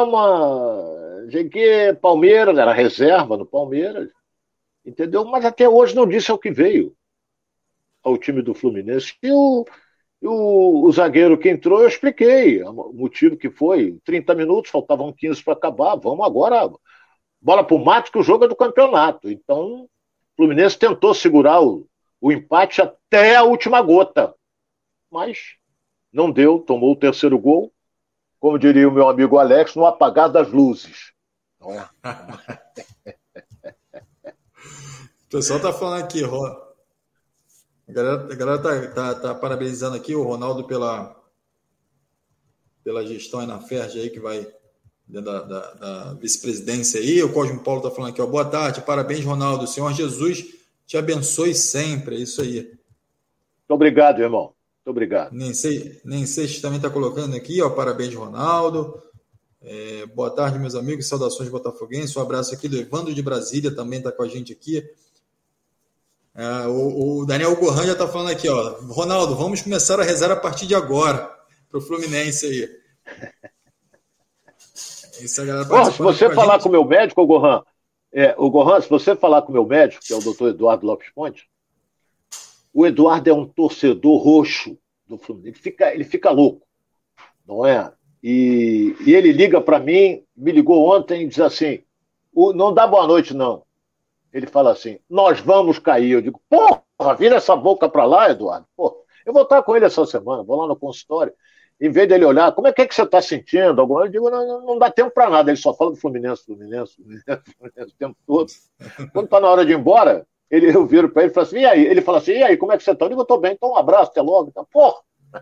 fama, G Q, Palmeiras, era reserva no Palmeiras, entendeu? Mas até hoje não disse ao que veio ao time do Fluminense. E o, o, o zagueiro que entrou, eu expliquei o motivo que foi. trinta minutos, faltavam quinze para acabar, vamos agora, bola pro mato que o jogo é do campeonato. Então, o Fluminense tentou segurar o, o empate até a última gota, mas... não deu, tomou o terceiro gol, como diria o meu amigo Alex, no apagar das luzes. Não é? O pessoal está falando aqui, Ro... a galera, a galera tá, tá, tá parabenizando aqui o Ronaldo pela, pela gestão aí na F E R J aí, que vai dentro da, da, da vice-presidência aí. O Cosmo Paulo está falando aqui, ó, boa tarde, parabéns, Ronaldo. O Senhor Jesus te abençoe sempre. É isso aí. Muito obrigado, irmão. Muito obrigado. Nem sei, nem sei se também está colocando aqui, ó, parabéns, Ronaldo. É, boa tarde, meus amigos, saudações botafoguenses. Um abraço aqui do Evandro de Brasília, também está com a gente aqui. É, o, o Daniel Gohan já está falando aqui, ó, Ronaldo, vamos começar a rezar a partir de agora para o Fluminense aí. Isso, a galera oh, se você com falar gente. com o meu médico, o Gohan, é, o Gohan, se você falar com o meu médico, que é o doutor Eduardo Lopes Ponte, o Eduardo é um torcedor roxo do Fluminense. Ele fica, ele fica louco, não é? E, e ele liga para mim, me ligou ontem e diz assim, o, não dá boa noite, não. Ele fala assim, nós vamos cair. Eu digo, porra, vira essa boca para lá, Eduardo. Porra, eu vou estar com ele essa semana, vou lá no consultório. Em vez dele olhar, como é que, é que você está sentindo? Eu digo, não, não dá tempo para nada. Ele só fala do Fluminense, Fluminense, Fluminense, Fluminense o tempo todo. Quando está na hora de ir embora, ele, eu viro para ele e falo assim, e aí? Ele fala assim, e aí, como é que você está? Eu digo, eu estou bem, então um abraço, até logo. Então, porra!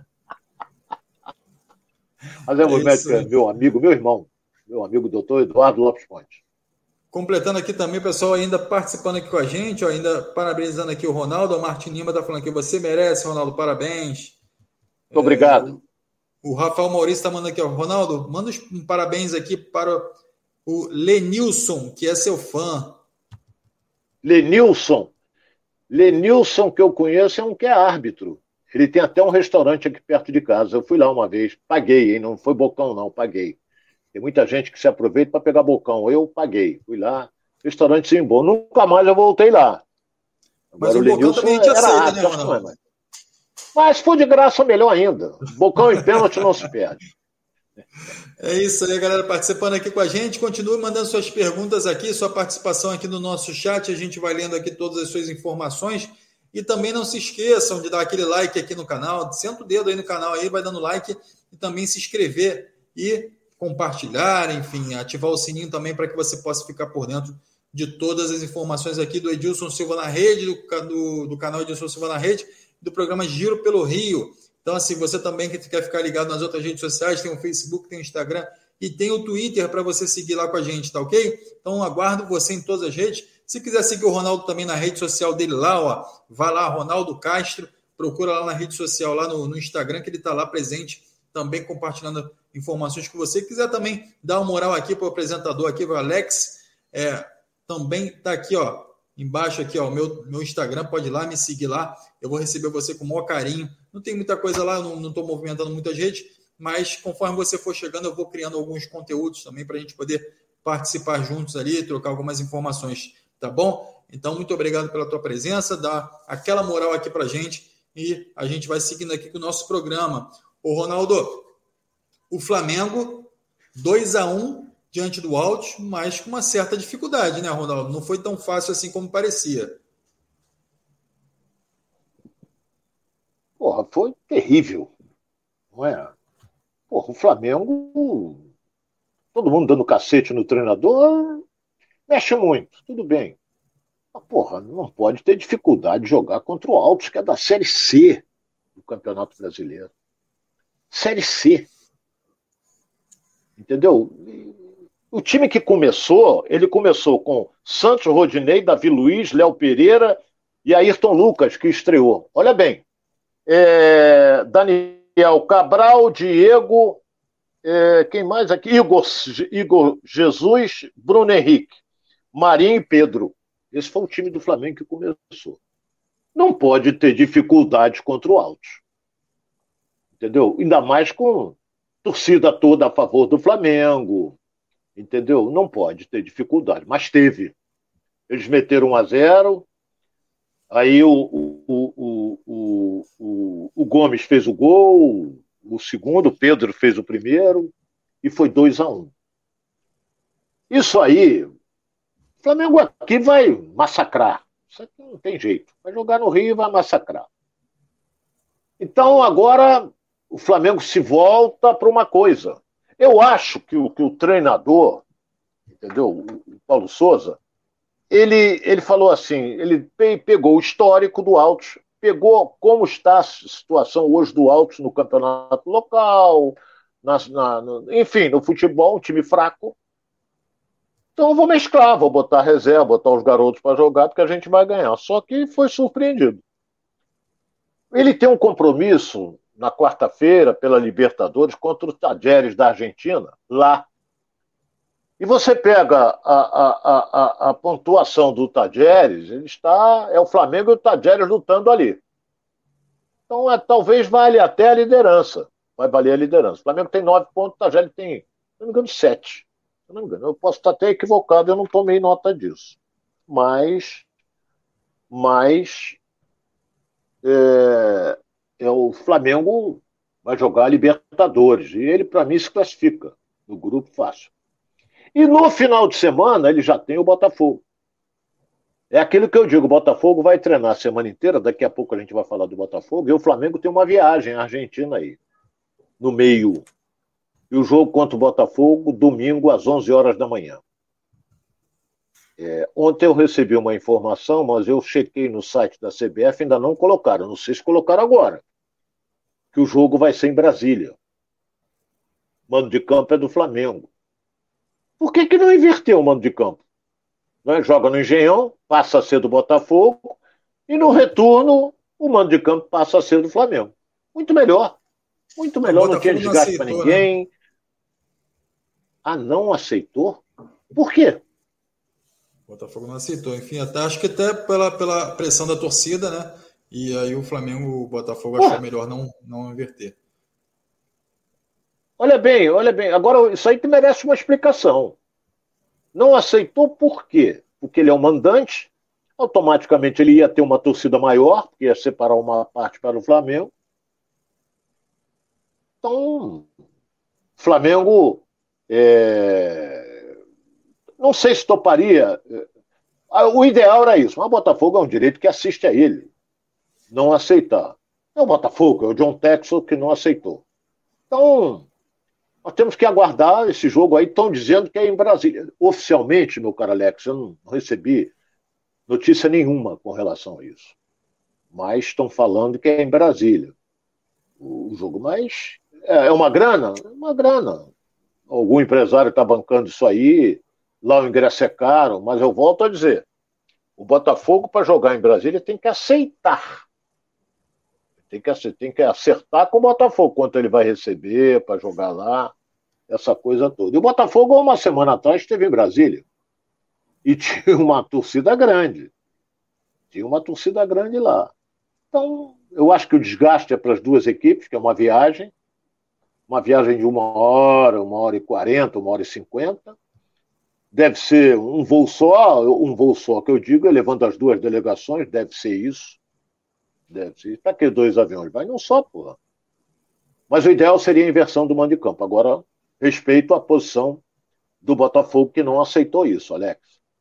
Mas é o meu médico, é meu amigo, meu irmão, meu amigo doutor Eduardo Lopes Ponte. Completando aqui também, o pessoal ainda participando aqui com a gente, ó, ainda parabenizando aqui o Ronaldo. O Martin Lima está falando aqui, você merece, Ronaldo, parabéns. Muito obrigado. É, o, o Rafael Maurício está mandando aqui, ó, Ronaldo, manda um parabéns aqui para o Lenilson, que é seu fã. Lenilson. Lenilson, que eu conheço, é um que é árbitro. Ele tem até um restaurante aqui perto de casa. Eu fui lá uma vez, paguei, hein? Não foi bocão, não, paguei. Tem muita gente que se aproveita para pegar bocão. Eu paguei, fui lá, restaurante sim bom. Nunca mais eu voltei lá. Agora, mas o, o bocão também a gente aceita, árbitro, né, Ronaldo? Mas, mas se for de graça, melhor ainda. Bocão e pênalti não se perde. É isso aí, galera, participando aqui com a gente. Continue mandando suas perguntas aqui, sua participação aqui no nosso chat. A gente vai lendo aqui todas as suas informações. E também não se esqueçam de dar aquele like aqui no canal. Senta o dedo aí no canal, aí vai dando like. E também se inscrever e compartilhar, enfim, ativar o sininho também para que você possa ficar por dentro de todas as informações aqui do Edilson Silva na Rede, do, do, do canal Edilson Silva na Rede, do programa Giro pelo Rio. Então, assim, você também que quer ficar ligado nas outras redes sociais, tem o Facebook, tem o Instagram e tem o Twitter para você seguir lá com a gente, tá ok? Então, aguardo você em todas as redes. Se quiser seguir o Ronaldo também na rede social dele lá, ó, vai lá, Ronaldo Castro, procura lá na rede social, lá no, no Instagram, que ele está lá presente, também compartilhando informações com você. Se quiser também dar uma moral aqui para o apresentador, aqui, para o Alex, é, também está aqui, ó, embaixo aqui, ó, o meu, meu Instagram, pode ir lá, me seguir lá, eu vou receber você com o maior carinho. Não tem muita coisa lá, não estou movimentando muitas redes, mas conforme você for chegando, eu vou criando alguns conteúdos também para a gente poder participar juntos ali, trocar algumas informações, tá bom? Então, muito obrigado pela tua presença, dá aquela moral aqui para a gente e a gente vai seguindo aqui com o nosso programa. Ô, Ronaldo, o Flamengo, dois a um diante do Altos, mas com uma certa dificuldade, né, Ronaldo? Não foi tão fácil assim como parecia. Porra, foi terrível, não é? Porra, o Flamengo, todo mundo dando cacete no treinador, mexe muito, tudo bem. Mas, porra, não pode ter dificuldade de jogar contra o Altos, que é da Série C do Campeonato Brasileiro. Série C. Entendeu? O time que começou, ele começou com Santos, Rodinei, Davi Luiz, Léo Pereira e Ayrton Lucas, que estreou. Olha bem, é, Daniel Cabral, Diego, é, quem mais aqui? Igor, Igor Jesus, Bruno Henrique, Marinho e Pedro. Esse foi o time do Flamengo que começou. Não pode ter dificuldade contra o Altos. Entendeu? Ainda mais com torcida toda a favor do Flamengo. Entendeu? Não pode ter dificuldade, mas teve. Eles meteram um a zero, aí o, o, o, o, o, o Gomes fez o gol, o segundo, o Pedro fez o primeiro, e foi dois a um. Isso aí, o Flamengo aqui vai massacrar. Isso aqui não tem jeito. Vai jogar no Rio e vai massacrar. Então, agora, o Flamengo se volta para uma coisa. Eu acho que o, que o treinador, entendeu? O Paulo Souza, ele, ele falou assim, ele pegou o histórico do Altos, pegou como está a situação hoje do Altos no campeonato local, na, na, no, enfim, no futebol, um time fraco. Então eu vou mesclar, vou botar reserva, botar os garotos para jogar, porque a gente vai ganhar. Só que foi surpreendido. Ele tem um compromisso na quarta-feira pela Libertadores contra o Talleres da Argentina, lá. E você pega a, a, a, a pontuação do Talleres, ele está, é o Flamengo e o Talleres lutando ali. Então é, talvez valha até a liderança. Vai valer a liderança. O Flamengo tem nove pontos, o Talleres tem, se não me engano, sete. Se não me engano, eu posso estar até equivocado, eu não tomei nota disso. Mas, mas é, é o Flamengo vai jogar a Libertadores. E ele, para mim, se classifica no grupo fácil. E no final de semana, ele já tem o Botafogo. É aquilo que eu digo, o Botafogo vai treinar a semana inteira, daqui a pouco a gente vai falar do Botafogo, e o Flamengo tem uma viagem à Argentina aí, no meio. E o jogo contra o Botafogo, domingo, às onze horas da manhã. É, ontem eu recebi uma informação, mas eu chequei no site da C B F, ainda não colocaram, não sei se colocaram agora, que o jogo vai ser em Brasília. O mando de campo é do Flamengo. Por que que não inverteu o mando de campo? Né? Joga no Engenhão, passa a ser do Botafogo, e no retorno, o mando de campo passa a ser do Flamengo. Muito melhor. Muito melhor, não tinha desgaste para ninguém. Né? Ah, não aceitou? Por quê? O Botafogo não aceitou. Enfim, até, acho que até pela, pela pressão da torcida, né? E aí o Flamengo, o Botafogo achou melhor não, não inverter. Olha bem, olha bem. Agora, isso aí que merece uma explicação. Não aceitou por quê? Porque ele é um mandante, automaticamente ele ia ter uma torcida maior, porque ia separar uma parte para o Flamengo. Então, Flamengo, é... não sei se toparia. O ideal era isso, mas o Botafogo é um direito que assiste a ele. Não aceitar. É o Botafogo, é o John Texel que não aceitou. Então, nós temos que aguardar esse jogo aí. Estão dizendo que é em Brasília. Oficialmente, meu caro Alex, eu não recebi notícia nenhuma com relação a isso. Mas estão falando que é em Brasília o jogo. Mas é uma grana? Uma grana. Algum empresário está bancando isso aí. Lá o ingresso é caro. Mas eu volto a dizer, o Botafogo, para jogar em Brasília, tem que aceitar. Tem que, tem que acertar com o Botafogo quanto ele vai receber para jogar lá, essa coisa toda. E o Botafogo, uma semana atrás, esteve em Brasília e tinha uma torcida grande. Tinha uma torcida grande lá. Então, eu acho que o desgaste é para as duas equipes, que é uma viagem, uma viagem de uma hora, uma hora e quarenta, uma hora e cinquenta. Deve ser um voo só, um voo só que eu digo, levando as duas delegações, deve ser isso. Deve ser. Para que dois aviões? Vai não só, porra. Mas o ideal seria a inversão do mando de campo. Agora, respeito à posição do Botafogo, que não aceitou isso, Alex.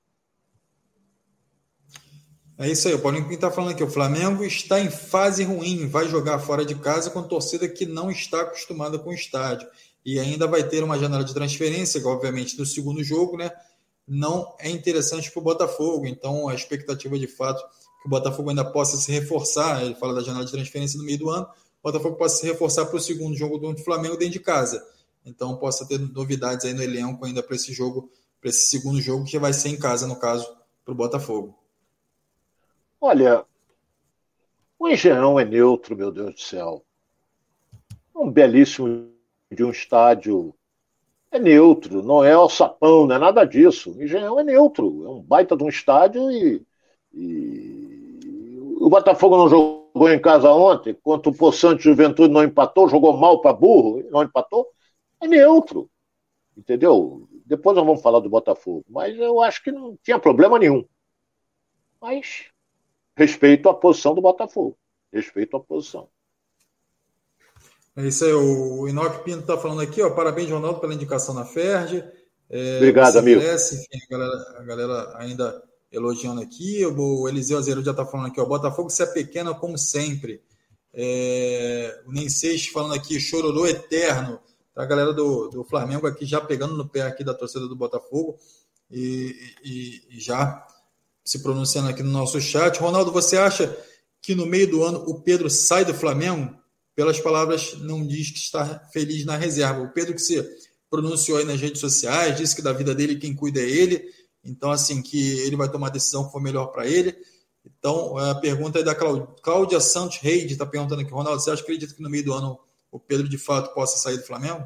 É isso aí, o Paulinho está falando aqui. O Flamengo está em fase ruim, vai jogar fora de casa com torcida que não está acostumada com o estádio. E ainda vai ter uma janela de transferência, que obviamente no segundo jogo, né, não é interessante para o Botafogo. Então, a expectativa de fato que o Botafogo ainda possa se reforçar, ele fala da janela de transferência no meio do ano, o Botafogo possa se reforçar para o segundo jogo do Flamengo dentro de casa. Então possa ter novidades aí no elenco ainda para esse jogo, para esse segundo jogo, que vai ser em casa, no caso, para o Botafogo. Olha, o Engenhão é neutro, meu Deus do céu. Um belíssimo de um estádio. É neutro, não é alçapão, não é nada disso. O Engenhão é neutro, é um baita de um estádio e E o Botafogo não jogou em casa ontem, contra o Poçante Juventude não empatou, jogou mal para burro, não empatou. É neutro, entendeu? Depois nós vamos falar do Botafogo, mas eu acho que não tinha problema nenhum. Mas respeito à posição do Botafogo, respeito à posição. É isso aí, o Inoc Pinto está falando aqui, ó, parabéns, Ronaldo, pela indicação na Ferdi. É, Obrigado, amigo. Merece, enfim, a galera, a galera ainda elogiando aqui, o Eliseu Azeiro já está falando aqui, ó, Botafogo se apequena como sempre. É, o Nem Seixas falando aqui, chororô eterno. A galera do, do Flamengo aqui já pegando no pé aqui da torcida do Botafogo. e, e, e já se pronunciando aqui no nosso chat. Ronaldo, você acha que no meio do ano o Pedro sai do Flamengo? Pelas palavras, não diz que está feliz na reserva. O Pedro que se pronunciou aí nas redes sociais, disse que da vida dele quem cuida é ele, então assim, que ele vai tomar a decisão que for melhor para ele. Então, a pergunta é da Cláudia Santos Reide, está perguntando aqui, Ronaldo, você acha que acredita que no meio do ano o Pedro de fato possa sair do Flamengo?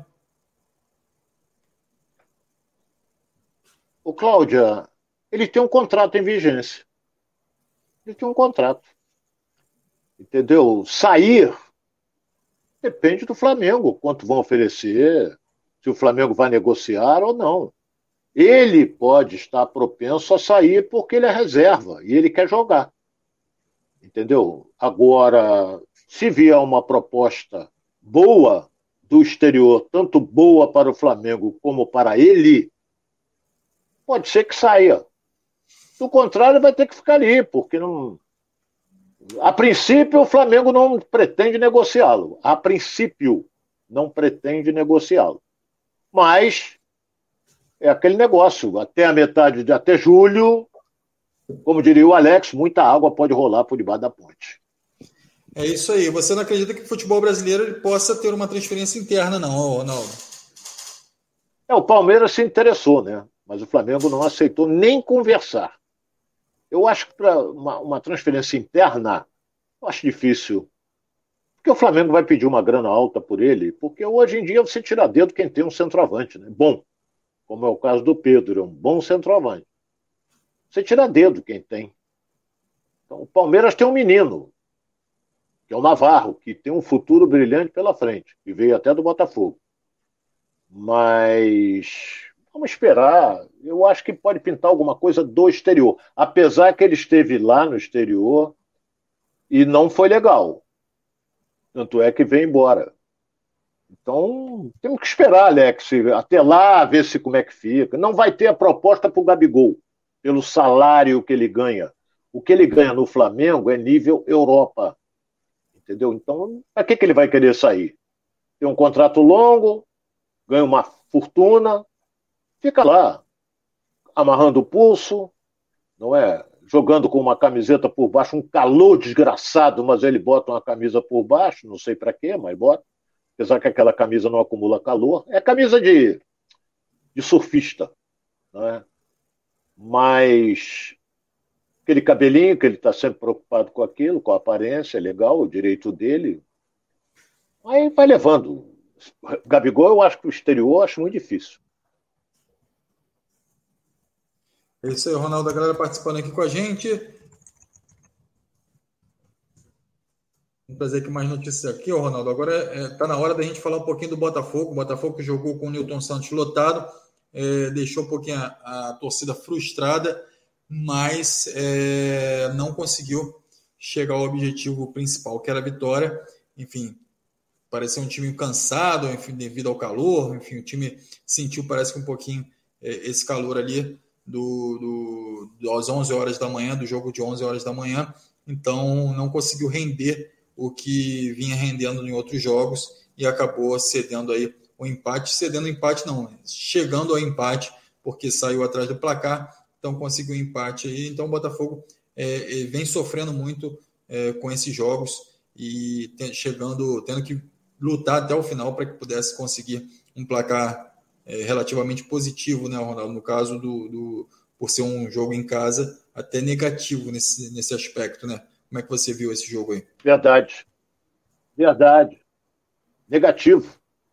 O Cláudia, ele tem um contrato em vigência. Ele tem um contrato. Entendeu? Sair depende do Flamengo, quanto vão oferecer, se o Flamengo vai negociar ou não. Ele pode estar propenso a sair porque ele é reserva e ele quer jogar. Entendeu? Agora, se vier uma proposta boa do exterior, tanto boa para o Flamengo como para ele, pode ser que saia. Do contrário, vai ter que ficar ali, porque não... A princípio, o Flamengo não pretende negociá-lo. A princípio, não pretende negociá-lo. Mas é aquele negócio. Até a metade de até julho, como diria o Alex, muita água pode rolar por debaixo da ponte. É isso aí. Você não acredita que o futebol brasileiro ele possa ter uma transferência interna, não, Ronaldo? É, o Palmeiras se interessou, né? Mas o Flamengo não aceitou nem conversar. Eu acho que para uma, uma transferência interna, eu acho difícil. Porque o Flamengo vai pedir uma grana alta por ele, porque hoje em dia você tira dedo quem tem um centroavante, né? Bom, como é o caso do Pedro, é um bom centroavante. Você tira dedo quem tem. Então, o Palmeiras tem um menino, que é o Navarro, que tem um futuro brilhante pela frente, que veio até do Botafogo. Mas vamos esperar. Eu acho que pode pintar alguma coisa do exterior. Apesar que ele esteve lá no exterior e não foi legal. Tanto é que veio embora. Então, temos que esperar, Alex, até lá, ver se como é que fica. Não vai ter a proposta para o Gabigol, pelo salário que ele ganha. O que ele ganha no Flamengo é nível Europa. Entendeu? Então, para que, que ele vai querer sair? Tem um contrato longo, ganha uma fortuna, fica lá, amarrando o pulso, não é? Jogando com uma camiseta por baixo, um calor desgraçado, mas ele bota uma camisa por baixo, não sei para quê, mas bota. Apesar que aquela camisa não acumula calor. É camisa de, de surfista, não é? Mas aquele cabelinho que ele está sempre preocupado com aquilo, com a aparência, é legal, o direito dele. Aí vai levando. Gabigol, eu acho que o exterior eu acho muito difícil. É isso aí, Ronaldo, a galera participando aqui com a gente. Vamos trazer aqui mais notícias aqui, ó, Ronaldo. Agora está é, na hora da gente falar um pouquinho do Botafogo. O Botafogo que jogou com o Newton Santos lotado, é, deixou um pouquinho a, a torcida frustrada, mas é, não conseguiu chegar ao objetivo principal, que era a vitória. Enfim, parecia um time cansado, enfim, devido ao calor. Enfim, o time sentiu, parece que um pouquinho é, esse calor ali do, do, do, às onze horas da manhã, do jogo de onze horas da manhã. Então, não conseguiu render o que vinha rendendo em outros jogos e acabou cedendo aí o empate, cedendo o empate não, chegando ao empate, porque saiu atrás do placar, então conseguiu o empate aí. Então o Botafogo é, vem sofrendo muito é, com esses jogos e tem, chegando, tendo que lutar até o final para que pudesse conseguir um placar é, relativamente positivo, né, Ronaldo? No caso do, do por ser um jogo em casa, até negativo nesse, nesse aspecto, né? Como é que você viu esse jogo aí? Verdade. Verdade. Negativo.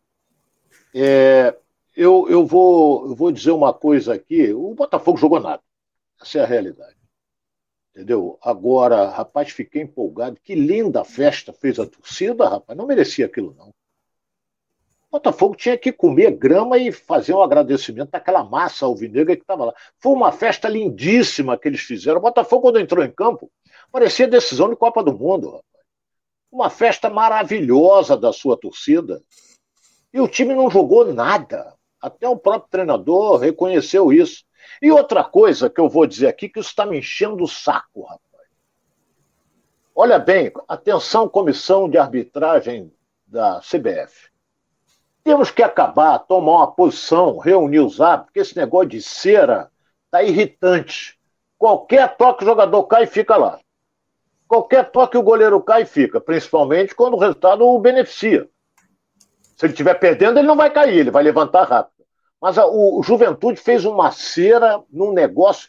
É, eu, eu, vou, eu vou dizer uma coisa aqui. O Botafogo jogou nada. Essa é a realidade. Entendeu? Agora, rapaz, fiquei empolgado. Que linda festa fez a torcida, rapaz. Não merecia aquilo, não. O Botafogo tinha que comer grama e fazer um agradecimento daquela massa alvinegra que estava lá. Foi uma festa lindíssima que eles fizeram. O Botafogo, quando entrou em campo, parecia decisão de Copa do Mundo, rapaz. Uma festa maravilhosa da sua torcida. E o time não jogou nada. Até o próprio treinador reconheceu isso. E outra coisa que eu vou dizer aqui, que isso está me enchendo o saco, rapaz. Olha bem, atenção, comissão de arbitragem da C B F. Temos que acabar, tomar uma posição, reunir os árbitros, porque esse negócio de cera Está irritante. Qualquer toque o jogador cai e fica lá. Qualquer toque o goleiro cai e fica, principalmente quando o resultado o beneficia. Se ele estiver perdendo, ele não vai cair, ele vai levantar rápido. Mas a, o, o Juventude fez uma cera num negócio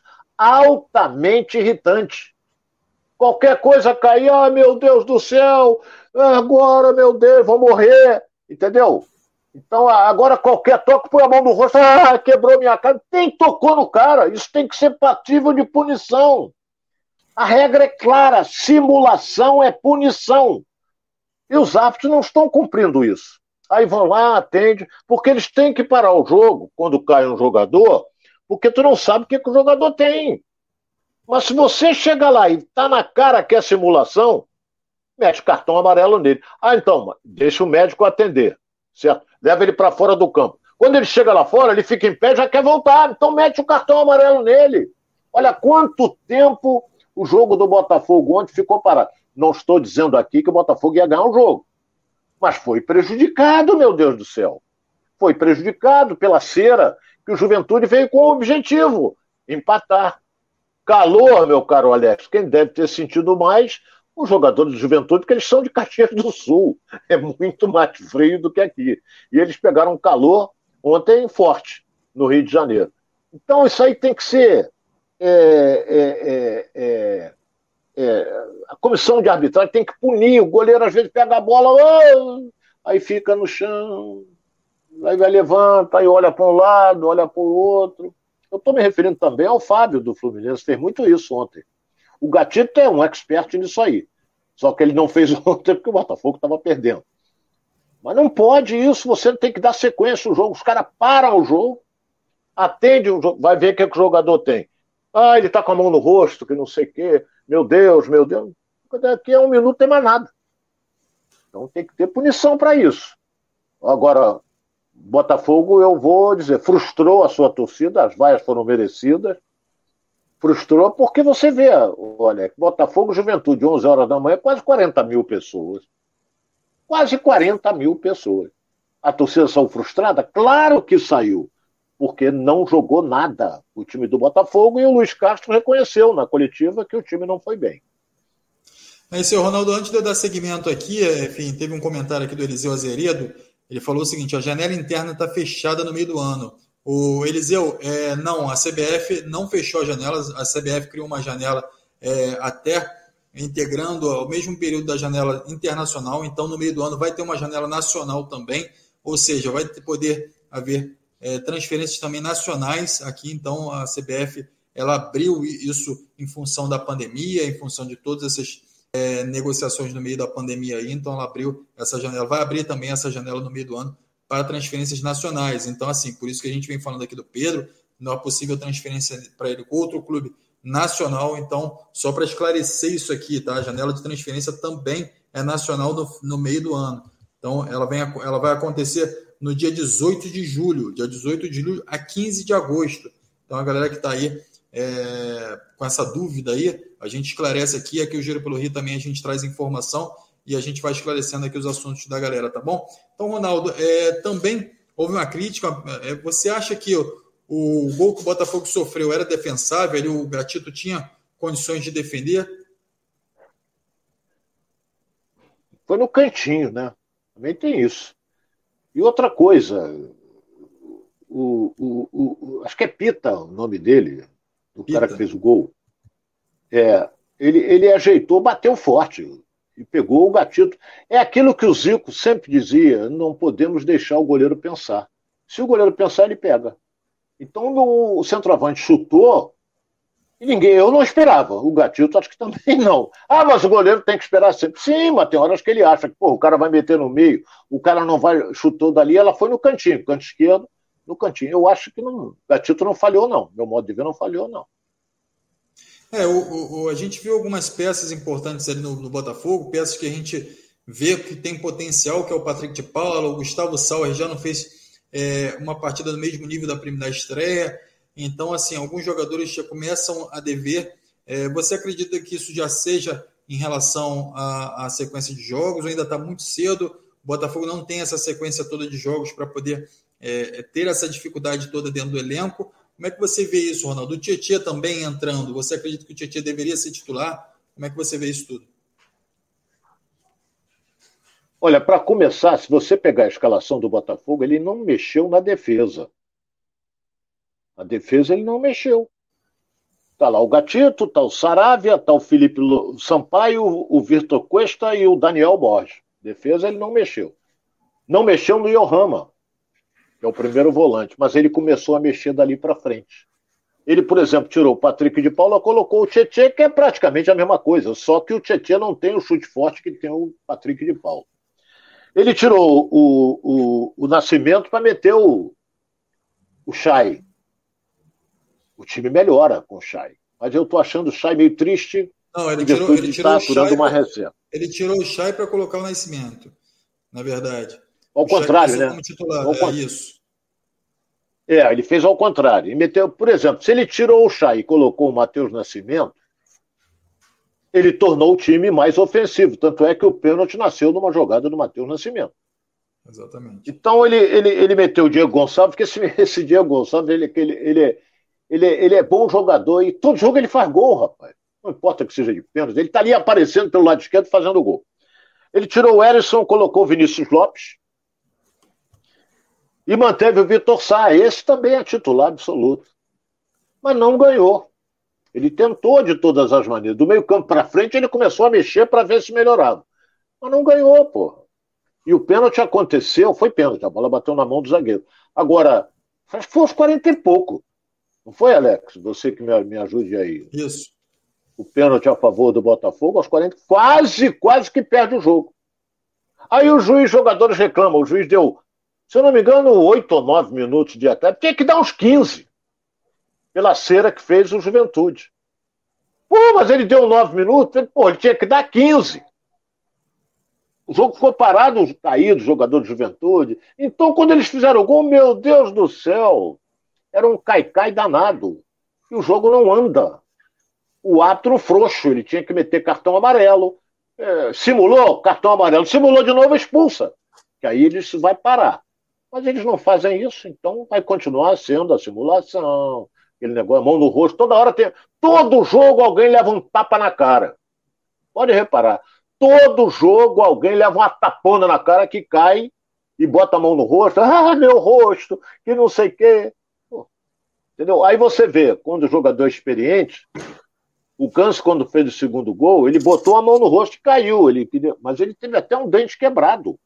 altamente irritante. Qualquer coisa cair, ah, meu Deus do céu, agora, meu Deus, vou morrer, entendeu? Então, agora qualquer toque, põe a mão no rosto, ah, quebrou minha cara. Quem tocou no cara? Isso tem que ser passível de punição. A regra é clara, simulação é punição. E os árbitros não estão cumprindo isso. Aí vão lá, atende, porque eles têm que parar o jogo quando cai um jogador, porque tu não sabe o que, que o jogador tem. Mas se você chega lá e tá na cara que é simulação, mete cartão amarelo nele. Ah, então, deixa o médico atender, certo? Leva ele para fora do campo. Quando ele chega lá fora, ele fica em pé e já quer voltar. Então mete o cartão amarelo nele. Olha quanto tempo o jogo do Botafogo ontem ficou parado. Não estou dizendo aqui que o Botafogo ia ganhar o jogo, mas foi prejudicado, meu Deus do céu. Foi prejudicado pela cera que o Juventude veio com o objetivo, empatar. Calor, meu caro Alex, quem deve ter sentido mais os jogadores do Juventude, porque eles são de Caxias do Sul. É muito mais frio do que aqui. E eles pegaram um calor ontem forte, no Rio de Janeiro. Então isso aí tem que ser... É, é, é, é, é, a comissão de arbitragem tem que punir. O goleiro às vezes pega a bola, oh, aí fica no chão, aí vai levanta, aí olha para um lado, olha para o outro. Eu estou me referindo também ao Fábio do Fluminense, fez muito isso ontem. O Gatito é um expert nisso aí. Só que ele não fez ontem porque o Botafogo estava perdendo. Mas não pode isso, você tem que dar sequência ao jogo. Os caras param o jogo, atende o jogo, vai ver o que, é que o jogador tem. Ah, ele está com a mão no rosto, que não sei o quê. Meu Deus, meu Deus. Daqui a um minuto não tem mais nada. Então tem que ter punição para isso. Agora, Botafogo, eu vou dizer, frustrou a sua torcida, as vaias foram merecidas, frustrou porque você vê, olha, Botafogo Juventude, onze horas da manhã, quase quarenta mil pessoas. Quase quarenta mil pessoas. A torcida saiu frustrada? Claro que saiu, porque não jogou nada o time do Botafogo e o Luiz Castro reconheceu na coletiva que o time não foi bem. É isso, Ronaldo, antes de eu dar seguimento aqui, enfim, teve um comentário aqui do Eliseu Azeredo. Ele falou o seguinte: a janela interna está fechada no meio do ano. O Eliseu, é, não, a C B F não fechou as janelas, a C B F criou uma janela é, até integrando ao mesmo período da janela internacional, então no meio do ano vai ter uma janela nacional também, ou seja, vai poder haver é, transferências também nacionais aqui, então a C B F ela abriu isso em função da pandemia, em função de todas essas É, negociações no meio da pandemia aí, então ela abriu essa janela, vai abrir também essa janela no meio do ano para transferências nacionais. Então, assim, por isso que a gente vem falando aqui do Pedro, não é possível transferência para ele com outro clube nacional. Então, só para esclarecer isso aqui, tá? A janela de transferência também é nacional no, no meio do ano. Então, ela, vem, ela vai acontecer no dia dezoito de julho, dia dezoito de julho a quinze de agosto. Então, a galera que está aí É, com essa dúvida aí, a gente esclarece aqui, aqui o Giro pelo Rio também a gente traz informação e a gente vai esclarecendo aqui os assuntos da galera, tá bom? Então, Ronaldo, é, também houve uma crítica, é, você acha que o, o gol que o Botafogo sofreu era defensável, ele, o Gatito tinha condições de defender? Foi no cantinho, né? Também tem isso. E outra coisa, o, o, o, acho que é Pita o nome dele, o Pita. Cara que fez o gol, é, ele, ele ajeitou, bateu forte e pegou o Gatito. É aquilo que o Zico sempre dizia: não podemos deixar o goleiro pensar. Se o goleiro pensar, ele pega. Então o centroavante chutou e ninguém, eu não esperava. O Gatito acho que também não. Ah, mas o goleiro tem que esperar sempre. Sim, mas tem horas que ele acha que pô, o cara vai meter no meio, o cara não vai, chutou dali, ela foi no cantinho, canto esquerdo, no cantinho. Eu acho que não, o Gatito não falhou, não. Meu modo de ver não falhou, não. É, o, o, a gente viu algumas peças importantes ali no, no Botafogo, peças que a gente vê que tem potencial, que é o Patrick de Paula, o Gustavo Sauer já não fez é, uma partida do mesmo nível da primeira estreia. Então, assim, alguns jogadores já começam a dever. É, você acredita que isso já seja em relação à, à sequência de jogos, ou ainda está muito cedo? O Botafogo não tem essa sequência toda de jogos para poder É, ter essa dificuldade toda dentro do elenco, Como é que você vê isso, Ronaldo? O Tietê também entrando, você acredita que o Tietê deveria ser titular? Como é que você vê isso tudo? Olha, para começar, se você pegar a escalação do Botafogo, ele não mexeu na defesa. A defesa ele não mexeu. Tá lá o Gatito, tá o Saravia, tá o Felipe Sampaio, o Vitor Cuesta e o Daniel Borges. Defesa ele não mexeu. Não mexeu no Yohama, que é o primeiro volante, mas ele começou a mexer dali para frente. Ele, por exemplo, tirou o Patrick de Paula, colocou o Tietê, que é praticamente a mesma coisa, só que o Tietê não tem o chute forte que tem o Patrick de Paula. Ele tirou o, o, o Nascimento para meter o, o Chay. O time melhora com o Chay. Mas eu estou achando o Chay meio triste. Não, ele tirou, ele tirou o Chay uma pra, reserva. Ele tirou o Chay para colocar o Nascimento, na verdade. Ao o contrário, né? Como titular, ao é cont... isso. É, ele fez ao contrário. E meteu, por exemplo, se ele tirou o Chay e colocou o Matheus Nascimento, ele tornou o time mais ofensivo. Tanto é que o pênalti nasceu numa jogada do Matheus Nascimento. Exatamente. Então ele, ele, ele meteu o Diego Gonçalves, porque esse, esse Diego Gonçalves, ele, ele, ele, ele, ele é bom jogador e todo jogo ele faz gol, rapaz. Não importa que seja de pênalti, ele está ali aparecendo pelo lado esquerdo fazendo gol. Ele tirou o Erisson, colocou o Vinícius Lopes e manteve o Vitor Sá. Esse também é titular absoluto. Mas não ganhou. Ele tentou de todas as maneiras. Do meio campo para frente ele começou a mexer para ver se melhorava. Mas não ganhou, pô. E o pênalti aconteceu, foi pênalti, a bola bateu na mão do zagueiro. Agora, acho que foi aos quarenta e pouco. Não foi, Alex? Você que me, me ajude aí. Isso. O pênalti a favor do Botafogo, aos quarenta, quase, quase que perde o jogo. Aí o juiz, jogadores reclamam, o juiz deu, se eu não me engano, oito ou nove minutos de ataque. Tinha que dar uns quinze, pela cera que fez o Juventude. Pô, mas ele deu nove minutos, pô, ele tinha que dar quinze. O jogo ficou parado, caído, jogador de Juventude. Então, quando eles fizeram o gol, meu Deus do céu, era um caicai danado. E o jogo não anda. O árbitro frouxo, ele tinha que meter cartão amarelo. É, simulou, cartão amarelo. Simulou de novo, expulsa. Que aí eles vai parar. Mas eles não fazem isso, então vai continuar sendo a simulação. Aquele negócio, mão no rosto, toda hora tem. Todo jogo alguém leva um tapa na cara. Pode reparar. Todo jogo alguém leva uma tapona na cara que cai e bota a mão no rosto. Ah, meu rosto, que não sei o quê. Pô, entendeu? Aí você vê, quando o jogador é experiente, o Ganso, quando fez o segundo gol, ele botou a mão no rosto e caiu. Ele, mas ele teve até um dente quebrado.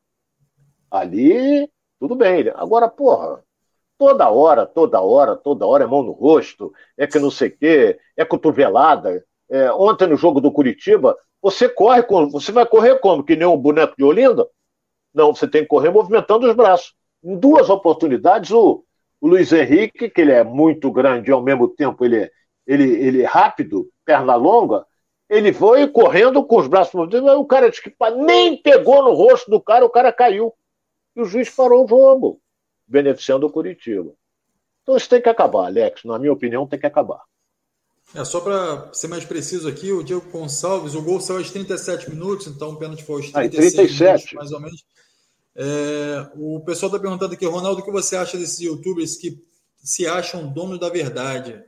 Ali, tudo bem. Agora, porra, toda hora, toda hora, toda hora é mão no rosto, é que não sei o quê, é cotovelada. É, ontem no jogo do Curitiba, você corre, com, você vai correr como? Que nem um boneco de Olinda? Não, você tem que correr movimentando os braços. Em duas oportunidades, o, o Luiz Henrique, que ele é muito grande e ao mesmo tempo ele é, ele, ele é rápido, perna longa, ele foi correndo com os braços movimentados, o cara disse que nem pegou no rosto do cara, o cara caiu. E o juiz parou o jogo, beneficiando o Curitiba. Então isso tem que acabar, Alex. Na minha opinião, tem que acabar. É, só para ser mais preciso aqui, o Diego Gonçalves, o gol saiu aos trinta e sete minutos, então o pênalti foi aos trinta e seis, ah, trinta e sete minutos, mais ou menos. É, o pessoal está perguntando aqui, Ronaldo, o que você acha desses youtubers que se acham donos da verdade?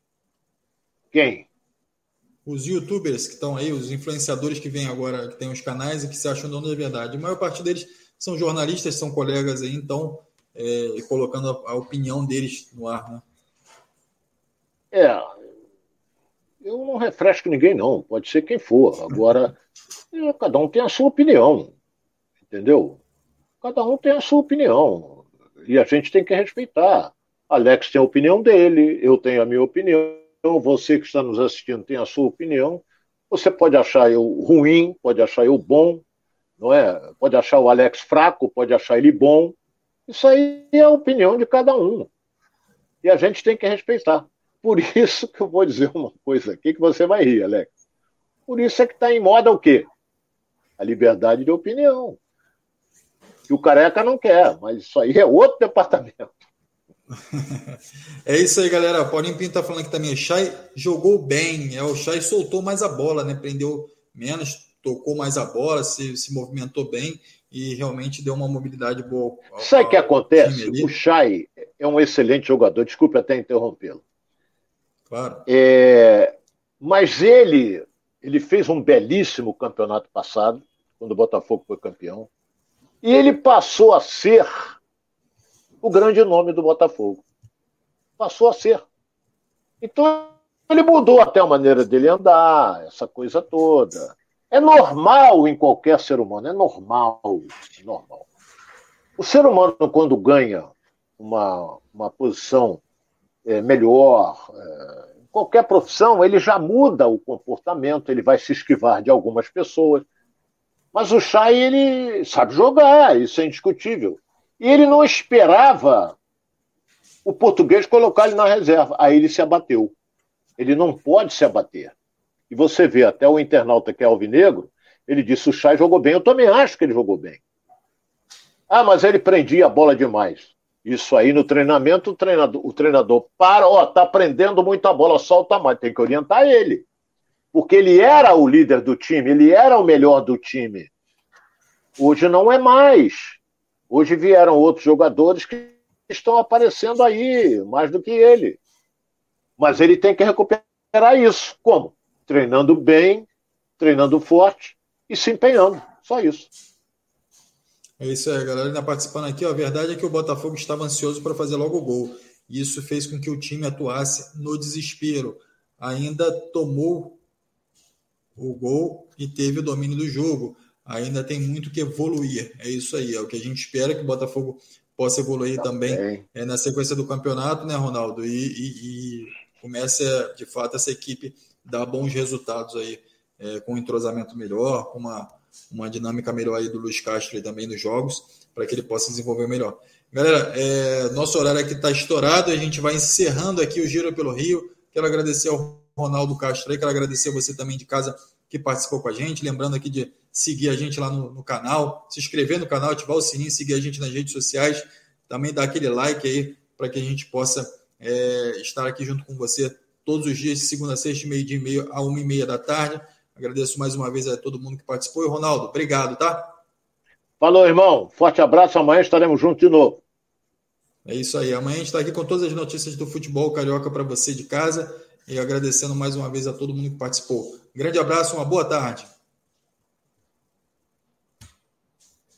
Quem? Os youtubers que estão aí, os influenciadores que vêm agora, que tem os canais e que se acham donos da verdade. A maior parte deles são jornalistas, são colegas aí, então, é, colocando a, a opinião deles no ar, né? É, eu não refresco ninguém, não. Pode ser quem for. Agora, é, cada um tem a sua opinião. Entendeu? Cada um tem a sua opinião. E a gente tem que respeitar. Alex tem a opinião dele, eu tenho a minha opinião, você que está nos assistindo tem a sua opinião. Você pode achar eu ruim, pode achar eu bom, não é? Pode achar o Alex fraco, pode achar ele bom. Isso aí é a opinião de cada um. E a gente tem que respeitar. Por isso que eu vou dizer uma coisa aqui que você vai rir, Alex. Por isso é que está em moda o quê? A liberdade de opinião. Que o Careca não quer, mas isso aí é outro departamento. É isso aí, galera. Paulinho Pinto tá falando aqui também. O Chay jogou bem. É, o Chay soltou mais a bola, né? Prendeu menos, tocou mais a bola, se, se movimentou bem e realmente deu uma mobilidade boa. Sabe o que acontece? O Chay, é um excelente jogador, desculpe até interrompê-lo. Claro. É, mas ele, ele fez um belíssimo campeonato passado, quando o Botafogo foi campeão, e ele passou a ser o grande nome do Botafogo. Passou a ser. Então, ele mudou até a maneira dele andar, essa coisa toda. É normal em qualquer ser humano, é normal, é normal. O ser humano, quando ganha uma, uma posição é, melhor, é, em qualquer profissão, ele já muda o comportamento, ele vai se esquivar de algumas pessoas. Mas o Chay, ele sabe jogar, isso é indiscutível. E ele não esperava o português colocar ele na reserva. Aí ele se abateu. Ele não pode se abater. E você vê, até o internauta que é alvinegro, ele disse, o Chay jogou bem. Eu também acho que ele jogou bem. Ah, mas ele prendia a bola demais. Isso aí no treinamento, o treinador, o treinador para, ó, tá prendendo muito a bola, solta mais. Tem que orientar ele. Porque ele era o líder do time, ele era o melhor do time. Hoje não é mais. Hoje vieram outros jogadores que estão aparecendo aí, mais do que ele. Mas ele tem que recuperar isso. Como? Treinando bem, treinando forte e se empenhando. Só isso. É isso aí, a galera ainda participando aqui. Ó, a verdade é que o Botafogo estava ansioso para fazer logo o gol. E isso fez com que o time atuasse no desespero. Ainda tomou o gol e teve o domínio do jogo. Ainda tem muito que evoluir. É isso aí, é o que a gente espera que o Botafogo possa evoluir tá também é, na sequência do campeonato, né, Ronaldo? E, e, e comece, de fato, essa equipe dar bons resultados aí, é, com um entrosamento melhor, com uma, uma dinâmica melhor aí do Luiz Castro aí também nos jogos, para que ele possa desenvolver melhor. Galera, é, nosso horário aqui está estourado, a gente vai encerrando aqui o Giro pelo Rio. Quero agradecer ao Ronaldo Castro aí, quero agradecer a você também de casa que participou com a gente, lembrando aqui de seguir a gente lá no, no canal, se inscrever no canal, ativar o sininho, seguir a gente nas redes sociais, também dar aquele like aí para que a gente possa é, estar aqui junto com você todos os dias, de segunda a sexta, meio-dia e meio a uma e meia da tarde. Agradeço mais uma vez a todo mundo que participou. E, Ronaldo, obrigado, tá? Falou, irmão. Forte abraço. Amanhã estaremos juntos de novo. É isso aí. Amanhã a gente está aqui com todas as notícias do futebol carioca para você de casa e agradecendo mais uma vez a todo mundo que participou. Um grande abraço, uma boa tarde.